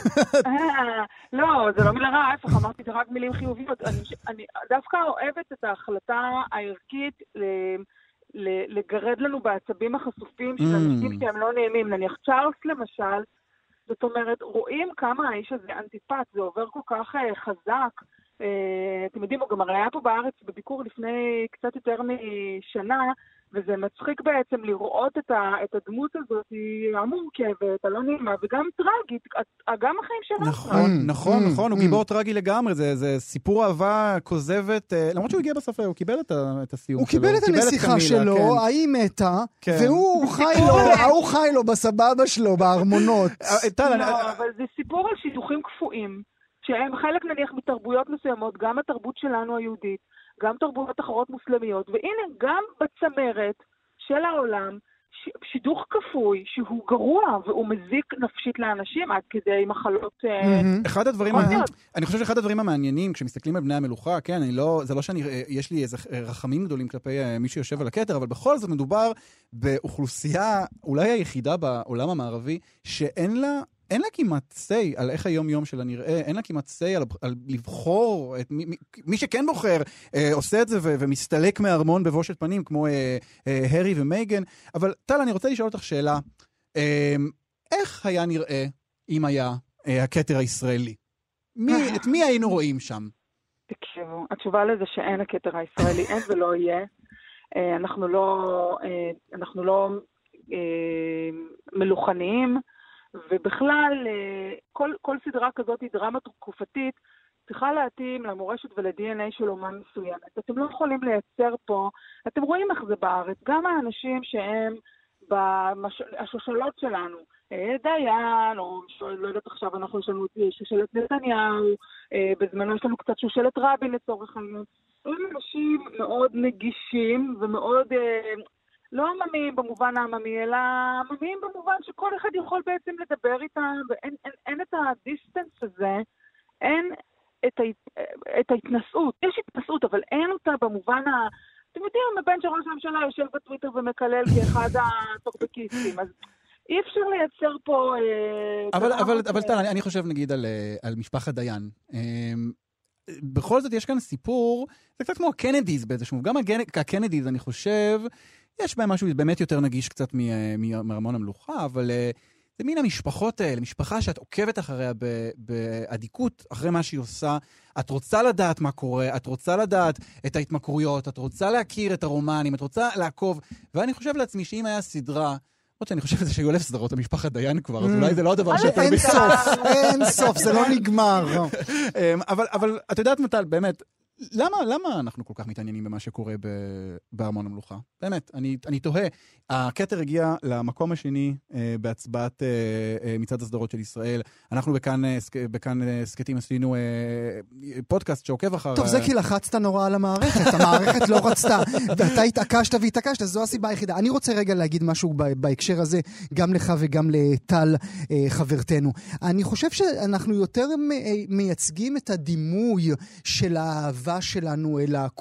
לא, זה לא מילה רעה, ההפך, אמרתי, זה רק מילים חיוביות. אני דווקא אוהבת את ההחלטה הערכית לגרד לנו בעצבים החשופים של אנשים שהם לא נעימים. נניח צ'ארלס למשל, זאת אומרת, רואים כמה האיש הזה אנטיפט, זה עובר כל כך חזק. אתם יודעים, הוא גם הרי היה פה בארץ בביקור לפני קצת יותר משנה, וזה מצחיק בעצם לראות את הדמות הזאת, היא המורכבת, הלא נעימה, וגם טרגית, גם החיים שלנו. נכון, הוא גיבור טרגי לגמרי, זה סיפור אהבה כוזבת, למרות שהוא הגיע בסוף, הוא קיבל את הסיום שלו. הוא קיבל את הנסיכה שלו, היא מתה, והוא חי לו בסבבה שלו, בארמונות. אבל זה סיפור על שידוכים קפואים, שהם חלק נניח מתרבויות מסוימות, גם התרבות שלנו היהודית, גם תרבויות אחרות מוסלמיות, והנה גם בצמרת של העולם, שידוך כפוי שהוא גרוע והוא מזיק נפשית לאנשים עד כדי מחלות. אחד הדברים, אני חושב שאחד הדברים המעניינים כשמסתכלים על בני המלוכה, כן, זה לא יש לי איזה רחמים גדולים כלפי מי שיושב על הכתר, אבל בכל זאת מדובר באוכלוסייה אולי היחידה בעולם המערבי שאין לה כמעט say על איך היום יום שלה נראה, אין לה כמעט say על לבחור, מי שכן בוחר עושה את זה ומסתלק מהארמון בבושת פנים, כמו הרי ומייגן. אבל טל, אני רוצה לשאול אותך שאלה, איך היה נראה אם היה הכתר הישראלי? את מי היינו רואים שם? תקשיבו, התשובה לזה שאין הכתר הישראלי, אין ולא יהיה. אנחנו לא מלוכניים, ובכלל, כל סדרה כזאת היא דרמה תקופתית, צריכה להתאים למורשת ול-DNA של אומן מסוימת. אתם לא יכולים לייצר פה, אתם רואים איך זה בארץ, גם האנשים שהם השושלות שלנו, דיין, או לא יודעת עכשיו, יש לנו שושלת נתניהו, בזמנו יש לנו קצת שושלת רבין לצורך העניין. הם אנשים מאוד נגישים ומאוד לא עממיים במובן העממי, אלא עממיים במובן שכל אחד יכול בעצם לדבר איתם, ואין את הדיסטנס הזה, אין את ההתנסות. יש התנסות, אבל אין אותה במובן אתם יודעים, הבן של ראש הממשלה יושב בטוויטר ומקלל כאחד הטוקבקיסטים, אז אי אפשר לייצר פה... אבל טל, אני חושב נגיד על משפחת דיין. בכל זאת יש כאן סיפור, זה קצת כמו הקנדיז באיזשהו, גם הקנדיז אני חושב, יש בהם משהו באמת יותר נגיש קצת מארמון המלוכה, אבל זה מין המשפחות האלה, משפחה שאת עוקבת אחריה בעדיקות, אחרי מה שהיא עושה, את רוצה לדעת מה קורה, את רוצה לדעת את ההתמכרויות, את רוצה להכיר את הרומנים, את רוצה לעקוב, ואני חושב לעצמי שאם היה סדרה, עוד שאני חושב שהיו 1000 סדרות למשפחת דיין כבר, אז אולי זה לא הדבר שאתה... אין סוף, זה לא נגמר. אבל את יודעת מטל, באמת, למה אנחנו כל כך מתעניינים במה שקורה בארמון המלוכה? באמת, אני תוהה. הכתר הגיע למקום השני בהצבעת מצעד הסדרות של ישראל. אנחנו בכאן סקטים עשינו פודקאסט שעוקב אחר... טוב, זה כי לחצת נורא על המערכת. המערכת לא רצתה, ואתה התעקשת והתעקשת, זו הסיבה היחידה. אני רוצה רגע להגיד משהו בהקשר הזה, גם לך וגם לטל חברתנו. אני חושב שאנחנו יותר מייצגים את הדימוי של האהבה שלנו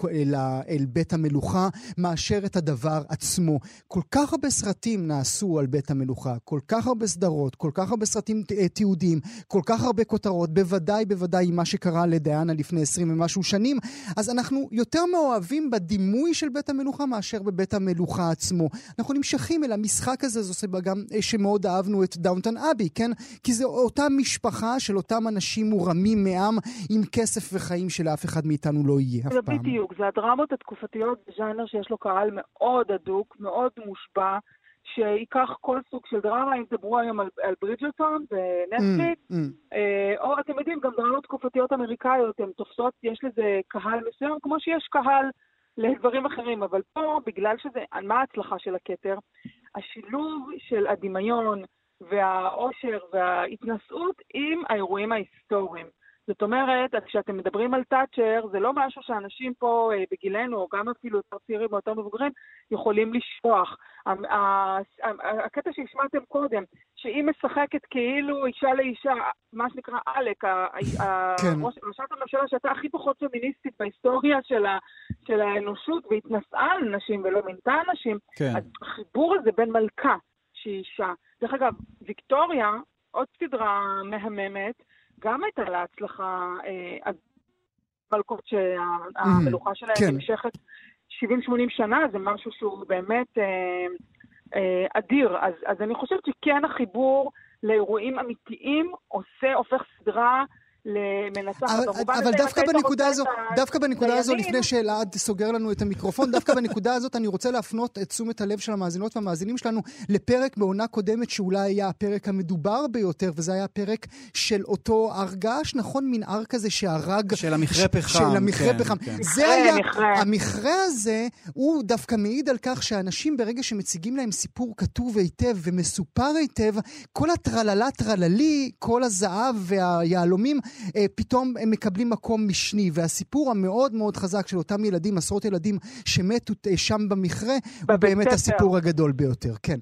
אל בית המלוכה, מאשר את הדבר עצמו. כל כך הרבה סרטים נעשו על בית המלוכה, כל כך הרבה סדרות, כל כך הרבה סרטים תיעודיים, כל כך הרבה כותרות, בוודאי מה שקרה לדיאנה לפני 20 ומשהו שנים, אז אנחנו יותר מאוהבים בדימוי של בית המלוכה מאשר בבית המלוכה עצמו. אנחנו נמשכים אל המשחק הזה, זו סיבה גם שמאוד אהבנו את דאונטון אבי, כן? כי זו אותה משפחה של אותם אנשים מורמים מעם עם כסף וחיים שלאף אחד מאיתנו לא יהיה אף פעם. זה בדיוק, זה הדרמות התקופתיות בז'אנר שיש לו קהל מאוד הדוק, מאוד מושבע, שיקח כל סוג של דרמה, אם דברו היום על ברידג'רטון בנטפליקס, או אתם יודעים, גם דרמות תקופתיות אמריקאיות, הן תופסות, יש לזה קהל מסוים, כמו שיש קהל לדברים אחרים, אבל פה, בגלל שזה, מה ההצלחה של הכתר? השילוב של הדמיון והאושר וההתנסות עם האירועים ההיסטוריים. זאת אומרת, כשאתם מדברים על תאצ'ר, זה לא משהו שאנשים פה בגילנו, או גם אפילו יותר צעירים או יותר מבוגרים, יכולים לשכוח. הקטע שהשמעתם קודם, שהיא משחקת כאילו אישה לאישה, מה שנקרא אלק, ראשת הממשלה שהייתה הכי פחות פמיניסטית בהיסטוריה של האנושות, והתנסעה על נשים ולא מינתה נשים, אז החיבור הזה בין מלכה שהיא אישה. דרך אגב, ויקטוריה, עוד סדרה מהממת, גם הייתה להצלחה המלכות שהמלוכה שלהם נמשכת 70-80 שנה, זה משהו שהוא באמת אדיר. אז אני חושבת שכן החיבור לאירועים אמיתיים הופך סדרה למנצחת. אבל דווקא בנקודה הזו, לפני שאלעד סוגר לנו את המיקרופון, דווקא בנקודה הזאת אני רוצה להפנות את תשומת הלב של המאזינות והמאזינים שלנו לפרק בעונה קודמת שאולי היה הפרק המדובר ביותר, וזה היה הפרק של אותו הרגש, נכון? מין הר כזה שהרג... של המכרה פחם. של המכרה פחם. זה היה... המכרה הזה הוא דווקא מעיד על כך שאנשים ברגע שמציגים להם סיפור כתוב היטב ומסופר היטב, כל הטרללה טרללי, כל הזהב והיעלומים פתאום הם מקבלים מקום משני, והסיפור המאוד מאוד חזק של אותם ילדים, עשרות ילדים שמתו שם במכרה, הוא באמת הסיפור הגדול ביותר, כן.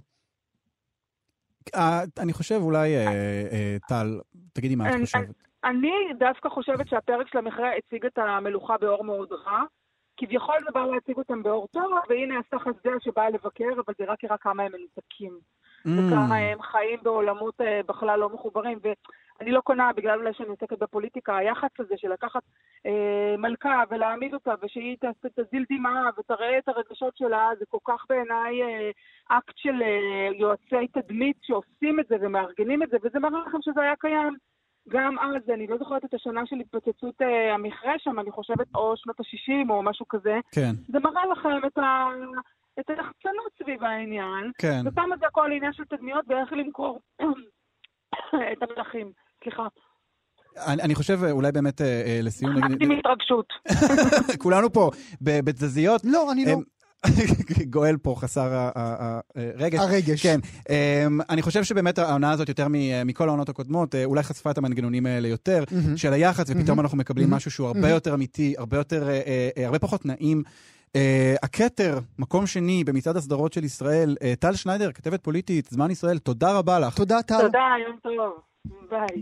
אני חושב אולי, טל, תגידי מה את חושבת. אני דווקא חושבת שהפרק של המכרה הציג את המלוכה באור מאוד רע, כביכול זה בא להציג אותם באור טוב, והנה עשה חסדיה שבא לבקר, אבל זה רק יראה כמה הם מנותקים. וכמה הם חיים בעולמות בכלל לא מחוברים, ואני לא קונה, בגלל אולי שאני עוסקת בפוליטיקה, היחס הזה של לקחת מלכה ולהעמיד אותה, ושהיא תזיל דמעה ותראה את הרגשות שלה, זה כל כך בעיניי אקט של יועצי תדמית שעושים את זה ומארגנים את זה, וזה מראה לכם שזה היה קיים. גם אז, אני לא זוכרת את השנה של התפוצצות המכרה שם, אני חושבת או שנות ה-60 או משהו כזה. כן. זה מראה לכם את היחצנות סביב העניין. כן. ופעם זה הכל עניין של תדמיות ואיך למכור את המלכים. סליחה. אני חושב אולי באמת לסיום... חנקתי מהתרגשות. כולנו פה בתזזיות. לא, אני לא. גואל פה חסר הרגש. כן. אני חושב שבאמת העונה הזאת יותר מכל העונות הקודמות, אולי חשפה את המנגנונים האלה יותר, של היחס, ופתאום אנחנו מקבלים משהו שהוא הרבה יותר אמיתי, הרבה פחות נעים. הכתר, מקום שני במצעד הסדרות של ישראל, טל שניידר, כתבת פוליטית, זמן ישראל, תודה רבה לך. תודה, טל. תודה, יום טוב. ביי.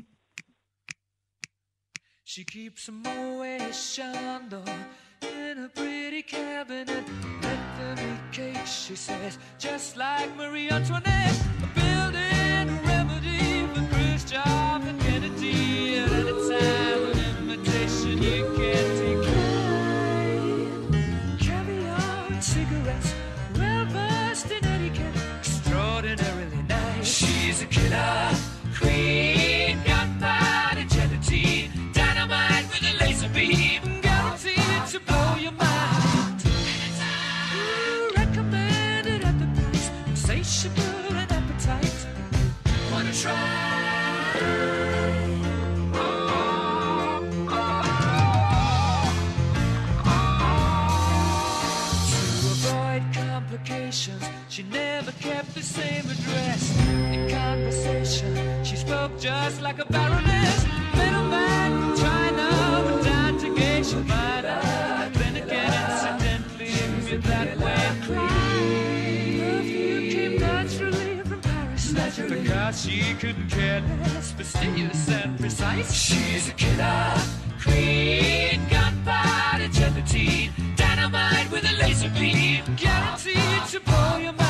She keeps a Moet Chandon in a pretty cabinet. Let them eat cake, she says, just like Marie Antoinette. A building a remedy for Khrushchev and Kennedy. At any time, an invitation you can't decline. Caviar and cigarettes, well-versed in etiquette, extraordinarily nice. She's a killer queen, gunpowder gelatine, dynamite with a laser beam, guaranteed to blow your mind. Recommended at the price, insatiable and appetite. Wanna try? To avoid complications, she never kept the same address. In conversation, she spoke just like a baroness. Middleman from China, but down to Geisha Minor. Then again, incidentally, if that way. Perfume came naturally from Paris, because she couldn't care less, fastidious and precise. She's a killer queen, gunpowder gelatine, dynamite with a laser beam, guaranteed to blow your mind.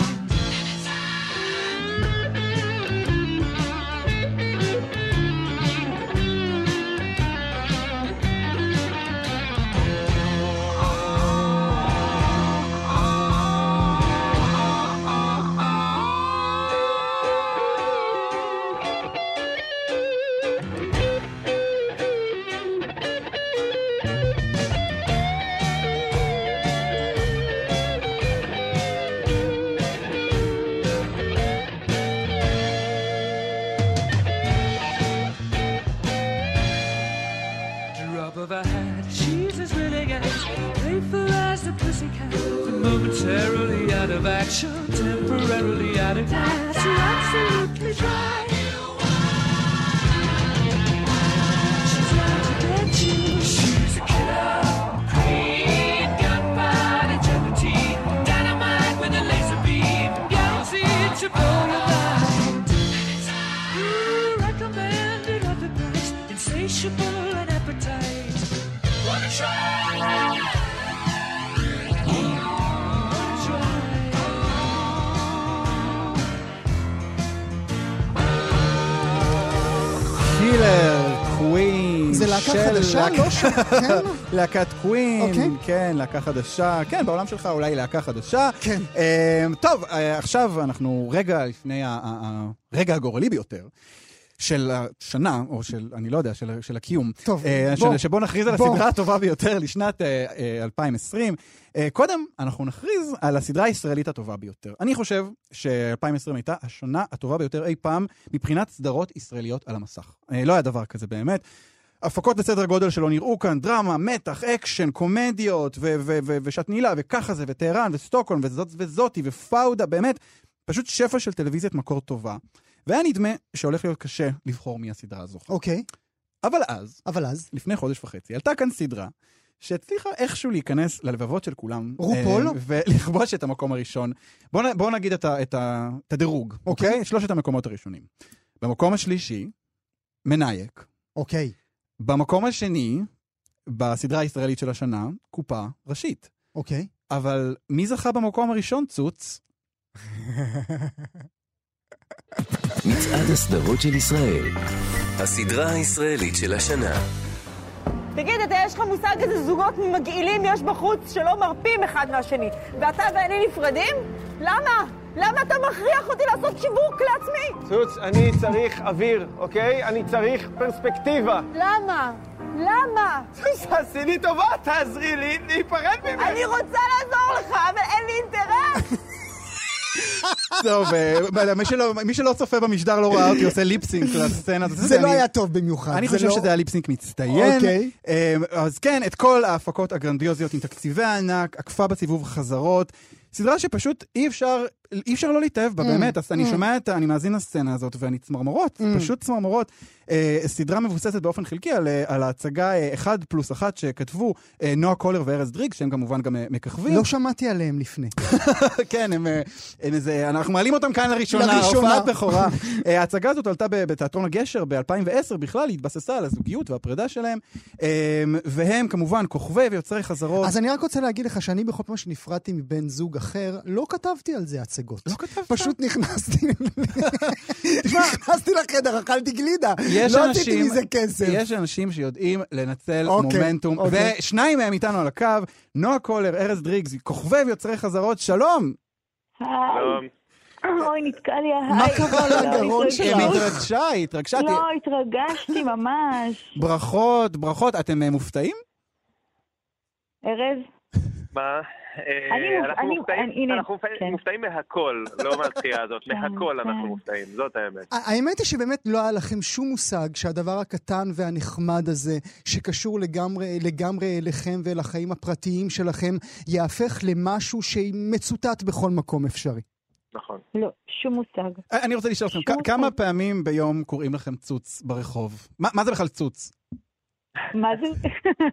Momentarily out of action, temporarily out of gas, you're absolutely dry. She's out to get you. She's a killer queen, gunpowder gelatine, dynamite with a laser beam, guaranteed to blow your mind. Recommended at the price, insatiable and appetite. Wanna try? קילר, קווין. זה להקה חדשה? לא שם, כן? להקת קווין, כן, להקה חדשה. כן, בעולם שלך אולי להקה חדשה. כן. טוב, עכשיו אנחנו רגע לפני הרגע הגורלי ביותר של השנה, או של, אני לא יודע, של הקיום. טוב, שבו נכריז על הסדרה הטובה ביותר לשנת 2020. קודם אנחנו נכריז על הסדרה הישראלית הטובה ביותר. אני חושב ש-2020 הייתה השנה הטובה ביותר אי פעם מבחינת סדרות ישראליות על המסך. לא היה דבר כזה באמת. הפקות בסדר גודל שלא נראו כאן, דרמה, מתח, אקשן, קומדיות, ושתנילה, וככה זה, וטהרן, וסטוקהולם, וזאתי, ופאודה, באמת, פשוט שפע של טלוויזיית מקור טובה. והיה נדמה שהולך להיות קשה לבחור מי הסדרה הזו. אוקיי. אבל אז, לפני חודש וחצי, עלתה כאן סדרה שהצליחה איכשהו להיכנס ללבבות של כולם. רופול? ולכבוש את המקום הראשון. בואו נגיד את הדירוג, אוקיי? 3 המקומות הראשונים. במקום השלישי, מנאייק. אוקיי. במקום השני, בסדרה הישראלית של השנה, קופה ראשית. אוקיי. אבל מי זכה במקום הראשון, צוץ? מצעד הסדרות של ישראל. הסדרה הישראלית של השנה. תגיד, יש לך מושג איזה זוגות מגעילים יש בחוץ שלא מרפים אחד מהשני, ואתה ואני נפרדים? למה? למה אתה מכריח אותי לעשות שיווק לעצמי? צוץ, אני צריך אוויר, אוקיי? אני צריך פרספקטיבה. למה? למה? צוץ, עשי לי טובה, תעזרי לי להיפרד ממני. אני רוצה לעזור לך, אבל אין לי אינטרס. טוב, מי שלא צופה במשדר לא ראה אותי עושה ליפסינק לסצנה. זה לא היה טוב במיוחד. אני חושב שזה היה ליפסינק מצטיין. אז כן, את כל ההפקות הגרנדיוזיות עם תקציבי הענק, עקפה בסיבוב חזרות, סדרה שפשוט אי אפשר לא להתאהב בה, באמת. אז אני שומע אני מאזין לסצנה הזאת, ואני צמרמורות, פשוט צמרמורות. סדרה מבוססת באופן חלקי על ההצגה 1+1 שכתבו נועה קולר וארז דריג, שהם כמובן גם מככבים. לא שמעתי עליהם לפני. כן, אנחנו מעלים אותם כאן לראשונה, הופעת בכורה. ההצגה הזאת עלתה בתיאטרון הגשר ב-2010, בכלל התבססה על הזוגיות והפרידה שלהם, והם כמובן כוכבי ויוצרי חזרות. אז אני רק רוצה להגיד לך שאני בכל פעם שנפרדתי מבן זוג אחר, לא כתבתי על זה הצגות. לא כתבת? פשוט נכנסתי לחדר, אכלתי גלידה. לא עשיתי מזה כסף. יש אנשים שיודעים לנצל מומנטום, ושניים מהם איתנו על הקו, נועה קולר, ארז דריגס, כוכבי ויוצרי חזרות, שלום. שלום. אוי, נתקע לי ההיי. מה קרה לגרון שלך? התרגשה. לא, התרגשתי ממש. ברכות. אתם מופתעים? ארז? מה? אנחנו מופתעים מהכל, לא מהתחייה הזאת, מהכל אנחנו מופתעים, זאת האמת. האמת היא שבאמת לא היה לכם שום מושג שהדבר הקטן והנחמד הזה, שקשור לגמרי אליכם ולחיים הפרטיים שלכם, יהפך למשהו שמצוטט בכל מקום אפשרי. נכון. לא, שום מושג. אני רוצה לשאול אתכם, כמה פעמים ביום קוראים לכם צוץ ברחוב? מה זה בכלל צוץ? מה זה?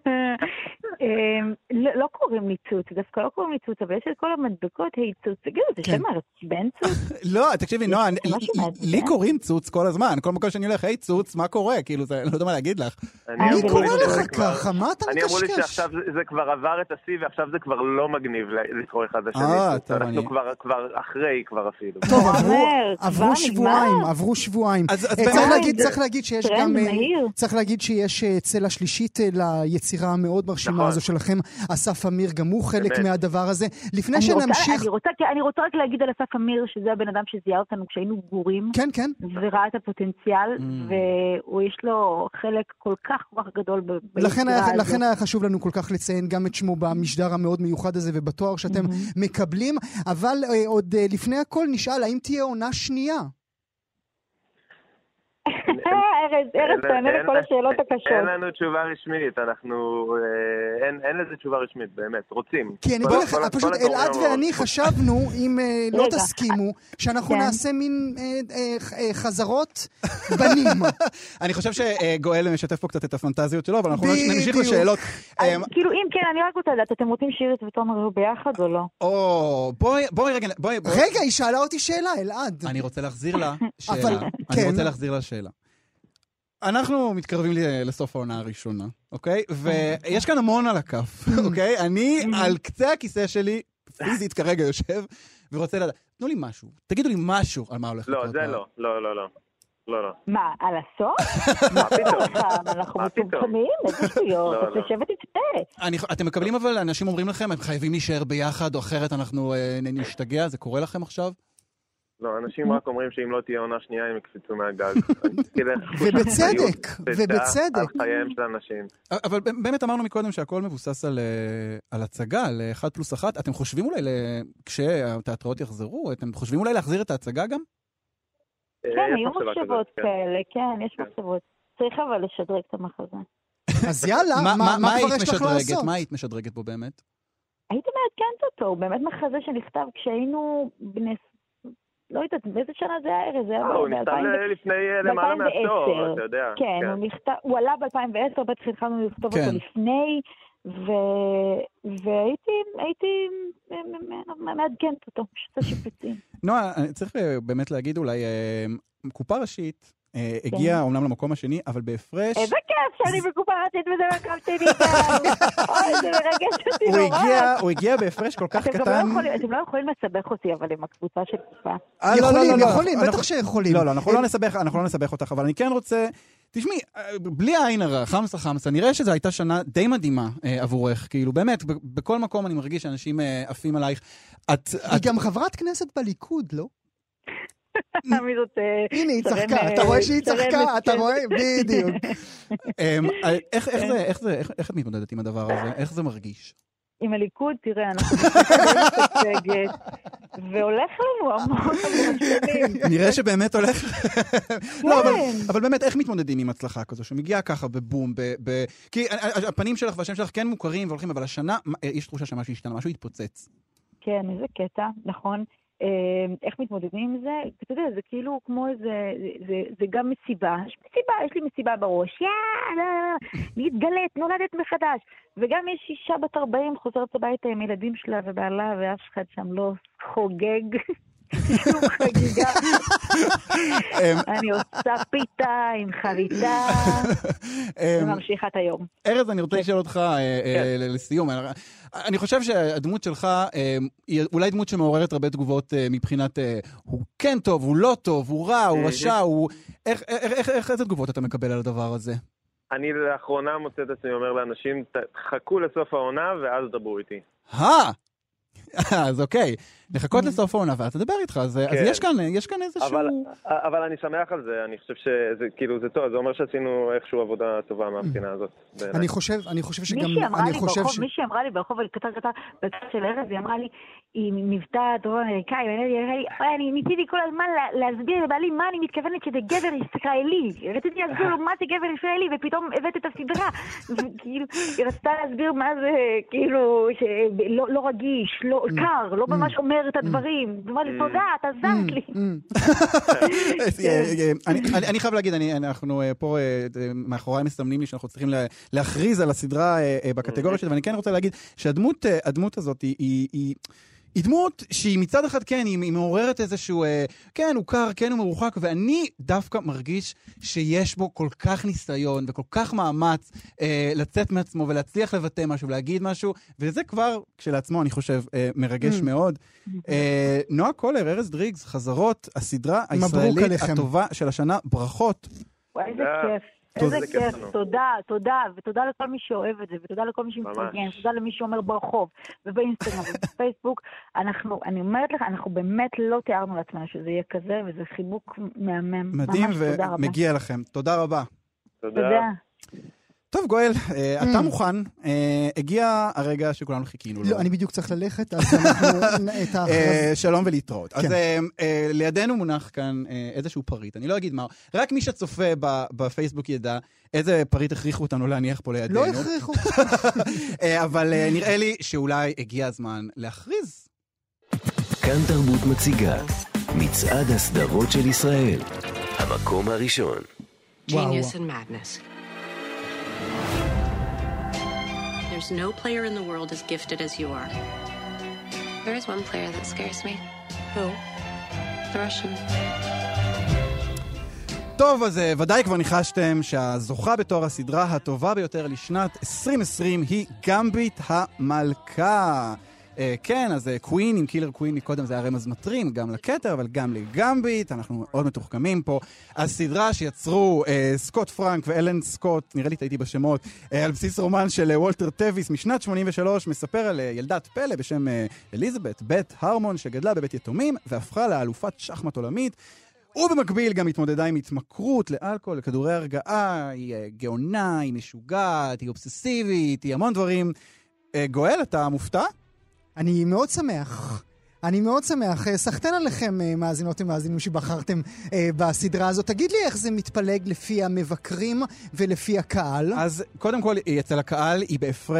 לא קוראים לי צוץ, דווקא לא קוראים לי צוץ, אבל יש את כל המדבקות, היי צוץ, תגידו, זה שם מעצבן צוץ? לא, תקשיבי, נועה, לי קוראים צוץ כל הזמן, כל מקום שאני הולך, היי צוץ, מה קורה? כאילו, אני לא יודע מה להגיד לך. מי קורא לך ככה? מה אתה אני אמרו לי מקשקש? שעכשיו זה כבר עבר את השיא, ועכשיו זה כבר לא מגניב לקרוא אחד לשני. אנחנו כבר אחרי כבר אפילו. טוב, עברו שבועיים. צריך להגיד שיש צלע שלישית ליצירה המאוד מרשימה הזו שלכם, אסף אמיר, גם הוא חלק מהדבר הזה. לפני שנמשיך... אני רוצה רק להגיד על אסף אמיר, שזה הבן אדם שזיהה אותנו כשהיינו גורים. כן, כן. וראה את הפוטנציאל, ויש לו חלק כל כך גדול ביצירה הזאת. לכן היה חשוב לנו כל כך לציין גם את שמו במשדר המאוד מיוחד הזה, ובתואר שאתם מקבלים. אבל עוד לפני הכל נשאל, האם תהיה עונה שנייה? ארז, תענה לכל השאלות הקשות. אין לנו תשובה רשמית, אין לזה תשובה רשמית, באמת, רוצים. כי אני בוא לך, פשוט אלעד ואני חשבנו, אם לא תסכימו, שאנחנו נעשה מין חזרות בנים. אני חושב שגואל משתף פה קצת את הפנטזיות שלו, אבל אנחנו נמשיך לשאלות. כאילו, אם כן, אני רק רוצה לדעת, אתם רוצים שירית ותומר ביחד או לא? בואי רגע, היא שאלה אותי שאלה, אלעד. אני רוצה להחזיר לה שאלה. אנחנו מתקרבים לסוף העונה הראשונה, אוקיי? ויש כאן המון על הכף, אוקיי? אני על קצה הכיסא שלי, פיזית כרגע יושב, ורוצה לדעת, תנו לי משהו, תגידו לי משהו על מה הולך לקרות. לא, זה לא. מה, על הסוף? מה פתאום? אנחנו מתומכמים, איזה שטויות, את לשבת איתה. אתם מקבלים אבל, אנשים אומרים לכם, הם חייבים להישאר ביחד, או אחרת אנחנו נשתגע, זה קורה לכם עכשיו? לא, אנשים רק אומרים שאם לא תהיה עונה שנייה, הם יקפיצו מהגג. ובצדק. על חייהם של אנשים. אבל באמת אמרנו מקודם שהכל מבוסס על הצגה, על 1+1. אתם חושבים אולי, כשהתיאטראות יחזרו, אתם חושבים אולי להחזיר את ההצגה גם? כן, היו מחשבות כאלה, כן, יש מחשבות. צריך אבל לשדרג את המחזה. אז יאללה, מה כבר יש לך לעשות? מה היית משדרגת בו באמת? הייתי מעדכנת אותו, הוא באמת מחזה שנכתב כשהיינו בני... לא באיזה שנה זה היה ארז? הוא נכתב לפני למעלה מעשור, אתה יודע. כן, הוא עלה ב-2010, בטח התחלנו לכתוב אותו לפני, והייתי מעדכנת אותו, שזה שיפוצים. נועה, צריך באמת להגיד אולי, קופה ראשית, הגיע אומנם למקום השני, אבל בהפרש... איזה כיף שאני בקופה ראשית וזה מקום שני כאן. אוי, זה מרגש אותי נורא. הוא הגיע בהפרש כל כך קטן. אתם לא יכולים לסבך אותי, אבל עם הקבוצה של קופה. יכולים, בטח שיכולים. לא, אנחנו לא נסבך אותך, אבל אני כן רוצה... תשמעי, בלי העין הרע, חמסה, נראה שזו הייתה שנה די מדהימה עבורך, כאילו באמת, בכל מקום אני מרגיש שאנשים עפים עלייך. היא גם חברת כנסת בליכוד, לא? מי זאת? הנה, היא צחקה, אתה רואה שהיא צחקה, אתה רואה? בדיוק. איך את מתמודדת עם הדבר הזה? איך זה מרגיש? עם הליכוד, תראה, אנחנו מתפגת, והולך לנו המון שנים. נראה שבאמת הולך. לא, אבל באמת, איך מתמודדים עם הצלחה כזו, שמגיעה ככה בבום, כי הפנים שלך והשם שלך כן מוכרים והולכים, אבל השנה, יש תחושה שמשהו השתנה, משהו התפוצץ. כן, איזה קטע, נכון. איך מתמודדים עם זה? אתה יודע, זה כאילו כמו איזה, זה גם מסיבה. יש לי מסיבה בראש. להתגלת, נולדת מחדש. וגם יש אישה בת 40 חוזרת הביתה עם ילדים שלה ובעלה, ואף אחד שם לא חוגג. שום חגיגה. אני עושה פיתה עם חביתה וממשיכה את היום. ארז, אני רוצה לשאול אותך לסיום. אני חושב שהדמות שלך היא אולי דמות שמעוררת הרבה תגובות מבחינת הוא כן טוב, הוא לא טוב, הוא רע, הוא רשע, איזה תגובות אתה מקבל על הדבר הזה? אני לאחרונה מוצא את עצמי אומר לאנשים, חכו לסוף העונה ואז דברו איתי. אז אוקיי, לחכות לסוף העונה ואתה תדבר איתך, אז יש כאן איזשהו... אבל אני שמח על זה, אני חושב שזה כאילו זה טוב, זה אומר שעשינו איכשהו עבודה טובה מהבחינה הזאת. אני חושב שגם... מישהי אמרה לי ברחוב, קטר בצד של ארז, היא אמרה לי, היא מבטא דרום אמריקאי, אני ניסיתי כל הזמן להסביר לבעלי מה אני מתכוונת שזה גבר ישראלי, רציתי להסביר לו מה זה גבר ישראלי, ופתאום הבאת את הסדרה, כאילו, היא רצתה להסביר מה זה, כאילו, לא רגיש, לא קר, לא ממש אומר את הדברים, ואומר לי, תודה, אתה עזרת לי. אני חייב להגיד, אנחנו פה מאחוריי מסמנים לי שאנחנו צריכים להכריז על הסדרה בקטגוריה שלה, ואני כן רוצה להגיד שהדמות הזאת היא דמות שהיא מצד אחד כן, היא מעוררת איזשהו, כן, הוא קר, כן, הוא מרוחק, ואני דווקא מרגיש שיש בו כל כך ניסיון וכל כך מאמץ לצאת מעצמו ולהצליח לבטא משהו ולהגיד משהו, וזה כבר כשלעצמו, אני חושב, מרגש מאוד. נועה קולר, ארז דריגס, חזרות, הסדרה הישראלית הטובה של השנה, ברכות. וואי, איזה כיף. איזה כיף, תודה, ותודה לכל מי שאוהב את זה, ותודה לכל מי שמפרגן, תודה למי שאומר ברחוב, ובאינסטגרם ובפייסבוק. אני אומרת לך, אנחנו באמת לא תיארנו לעצמנו שזה יהיה כזה, וזה חיבוק מהמם. מדהים ומגיע לכם. תודה רבה. תודה. טוב, גואל, אתה מוכן. הגיע הרגע שכולנו חיכינו לו. לא, אני בדיוק צריך ללכת, אז אנחנו... שלום ולהתראות. אז לידינו מונח כאן איזשהו פריט, אני לא אגיד מה, רק מי שצופה בפייסבוק ידע איזה פריט הכריחו אותנו להניח פה לידינו. לא הכריחו. אבל נראה לי שאולי הגיע הזמן להכריז. כאן תרבות מציגה מצעד הסדרות של ישראל. המקום הראשון. Genius and Madness. There's no player in the world as gifted as you are. There is one player that scares me. Who? The Russians. טוב, אז ודאי כבר ניחשתם שהזוכה בתואר הסדרה הטובה ביותר לשנת 2020 היא גמביט המלכה. כן, אז קווין עם קילר קווין מקודם זה היה רמז מטרים, גם לקטר, אבל גם לגמביט, אנחנו מאוד מתוחכמים פה. הסדרה שיצרו סקוט פרנק ואלן סקוט, נראה לי טעיתי בשמות, על בסיס רומן של וולטר טוויס משנת 83, מספר על ילדת פלא בשם אליזבת, בת הרמון, שגדלה בבית יתומים והפכה לאלופת שחמט עולמית. ובמקביל גם התמודדה עם התמכרות לאלכוהול, לכדורי הרגעה, היא גאונה, היא משוגעת, היא אובססיבית, היא המון דברים. גואל, אתה מופתע? אני מאוד שמח. סחטן עליכם, מאזינות ומאזינים שבחרתם בסדרה הזאת. תגיד לי איך זה מתפלג לפי המבקרים ולפי הקהל. אז קודם כל, אצל הקהל היא בהפרש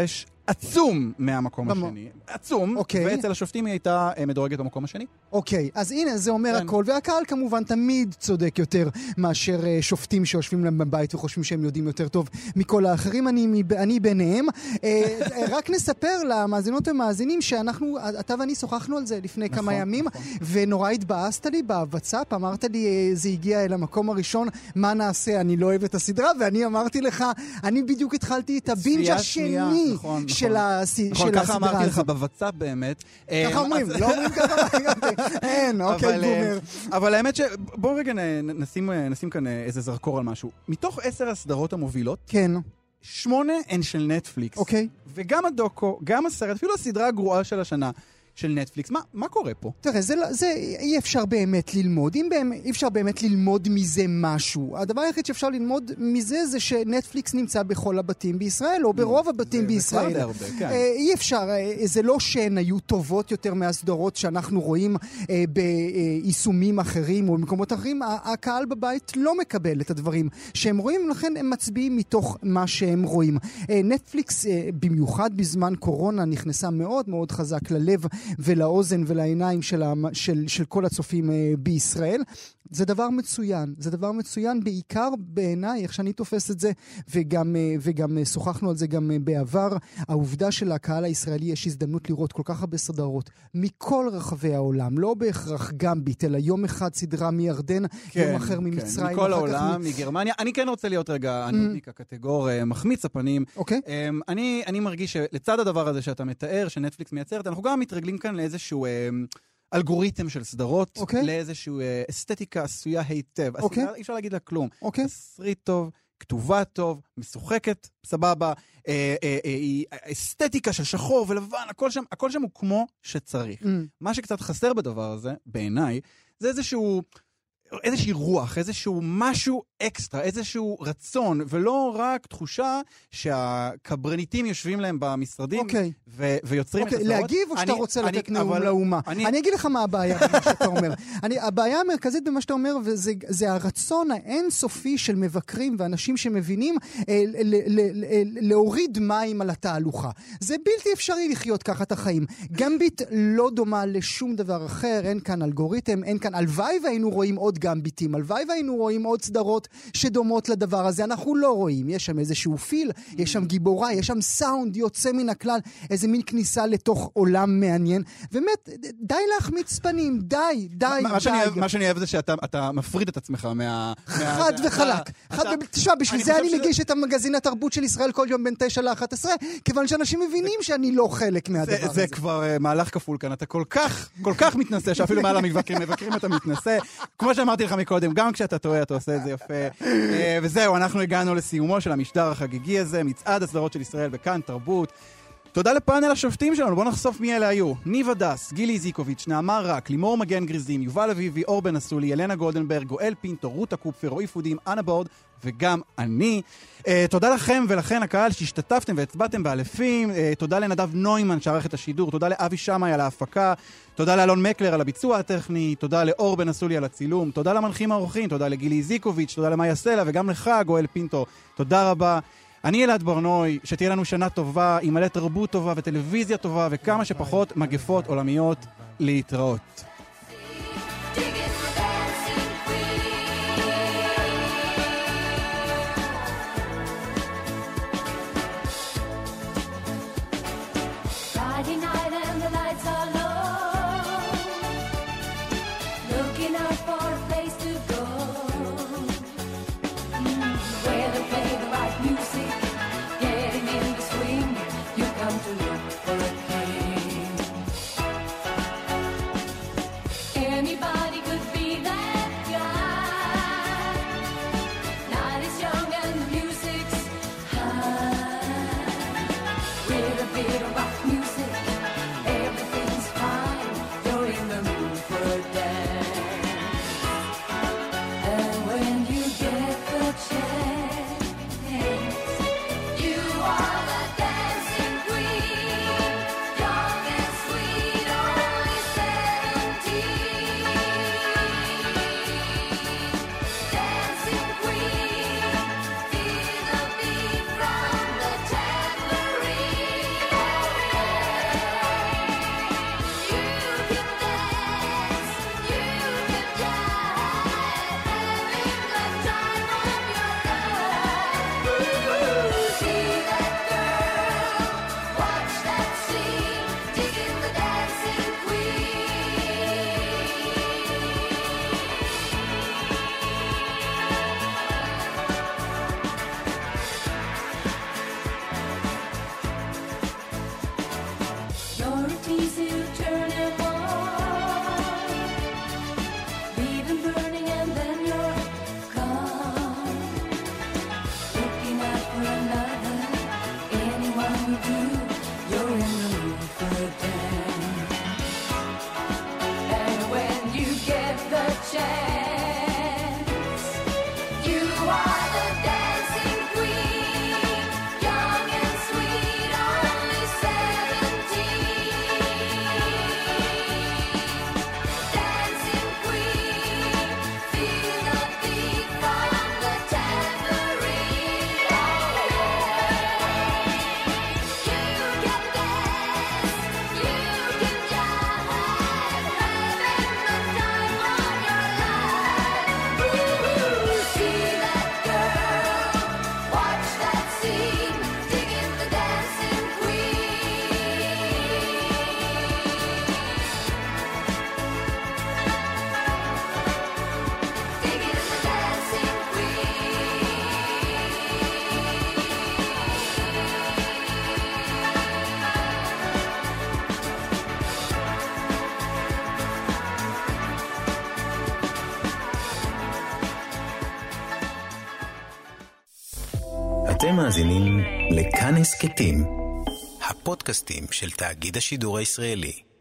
עצום מהמקום השני. עצום, אוקיי. ואצל השופטים היא הייתה מדורגת במקום השני. אוקיי, אז הנה, זה אומר הכל, והקהל כמובן תמיד צודק יותר מאשר שופטים שיושבים להם בבית וחושבים שהם יודעים יותר טוב מכל האחרים, אני ביניהם. רק נספר למאזינות ומאזינים שאנחנו, אתה ואני שוחחנו על זה לפני כמה ימים, ונורא התבאסת לי בוואטסאפ, אמרת לי, זה הגיע אל המקום הראשון, מה נעשה, אני לא אוהב את הסדרה, ואני אמרתי לך, אני בדיוק התחלתי את הבינג' השני של הסדרה הזאת. ככה אמרתי לך בוואטסאפ באמת. ככה אומרים, לא אומרים ככה. אין, אוקיי, בומר. אבל האמת בואו רגע נשים כאן איזה זרקור על משהו. מתוך 10 הסדרות המובילות, כן. 8 הן של נטפליקס. אוקיי. וגם הדוקו, גם הסרט, אפילו הסדרה הגרועה של השנה, של נטפליקס. מה קורה פה? תראה, זה אי אפשר באמת ללמוד. אי אפשר באמת ללמוד מזה משהו. הדבר היחיד שאפשר ללמוד מזה זה שנטפליקס נמצא בכל הבתים בישראל, או ברוב הבתים בישראל. אי אפשר, זה לא שהן היו טובות יותר מהסדרות שאנחנו רואים ביישומים אחרים או במקומות אחרים. הקהל בבית לא מקבל את הדברים שהם רואים, לכן הם מצביעים מתוך מה שהם רואים. נטפליקס, במיוחד בזמן קורונה, נכנסה מאוד מאוד חזק ללב ולאוזן ולעיניים של כל הצופים בישראל. זה דבר מצוין. זה דבר מצוין בעיקר בעיניי, איך שאני תופס את זה, וגם שוחחנו על זה גם בעבר. העובדה של הקהל הישראלי יש הזדמנות לראות כל כך הרבה סדרות מכל רחבי העולם, לא בהכרח גמביט, אלא יום אחד סדרה מירדן, יום אחר ממצרים, מכל העולם, מגרמניה. אני כן רוצה להיות רגע הנודניק הקטגור מחמיץ הפנים. אני מרגיש שלצד הדבר הזה שאתה מתאר, שנטפליקס מייצרת, אנחנו גם מתרגלים כאן לאיזשהו אלגוריתם של סדרות, לאיזשהו אסתטיקה עשויה היטב. הסדרה, אי אפשר להגיד לה כלום. תסריט טוב, כתובה טוב, משוחקת, סבבה, אסתטיקה של שחור ולבן, הכל שם הוא כמו שצריך. מה שקצת חסר בדבר הזה, בעיניי, זה איזושהי רוח, איזשהו משהו אקסטרה, איזשהו רצון, ולא רק תחושה שהקברניטים יושבים להם במשרדים ויוצרים את הסדרות. להגיב או שאתה רוצה לתת נאום לאומה? אני אגיד לך מה הבעיה במה שאתה אומר. הבעיה המרכזית במה שאתה אומר, זה הרצון האינסופי של מבקרים ואנשים שמבינים להוריד מים על התהלוכה. זה בלתי אפשרי לחיות ככה את החיים. גמביט לא דומה לשום דבר אחר, אין כאן אלגוריתם, אין כאן הלוואי והיינו רואים עוד גמביטים, הלוואי והיינו רואים עוד סדרות שדומות לדבר הזה, אנחנו לא רואים, יש שם איזשהו פיל, יש שם גיבורה, יש שם סאונד יוצא מן הכלל, איזה מין כניסה לתוך עולם מעניין, באמת, די להחמיץ פנים, די. מה שאני אוהב זה שאתה מפריד את עצמך חד וחלק. תשמע, בשביל זה אני מגיש את המגזין התרבות של ישראל כל יום בין 9 ל-11, כיוון שאנשים מבינים שאני לא חלק מהדבר הזה. זה כבר מהלך כפול כאן, אתה כל כך מתנסה, שאפילו מעל המבקרים אתה מתנסה, כמו שאמרתי לך מקודם, גם כשאתה טועה, אתה עושה את זה יפה. וזהו, אנחנו הגענו לסיומו של המשדר החגיגי הזה, מצעד הסדרות של ישראל בכאן תרבות. תודה לפאנל השופטים שלנו, בואו נחשוף מי אלה היו. ניב הדס, גילי איזיקוביץ', נעמה רק, לימור מגן גריזים, יובל אביבי, אור בן אסולי, ילנה גולדנברג, גואל פינטו, רותה קופפר, רועי פודים, אנה בורד וגם אני. תודה לכם ולכן הקהל שהשתתפתם והצבעתם באלפים. תודה לנדב נוימן שערך את השידור, תודה לאבי שמאי על ההפקה, תודה לאלון מקלר על הביצוע הטכני, תודה לאור בן אסולי על הצילום, תודה למנחים האורחים, תודה לגילי איזיקוביץ', תודה למאיה סלע וגם לך גואל פינטו. תודה רבה. אני אלעד ברנוי, שתהיה לנו שנה טובה, עם מלא תרבות טובה וטלוויזיה טובה וכמה שפחות מגפות עולמיות. להתראות. אתם מאזינים לכאן הסכתים, הפודקאסטים של תאגיד השידור הישראלי.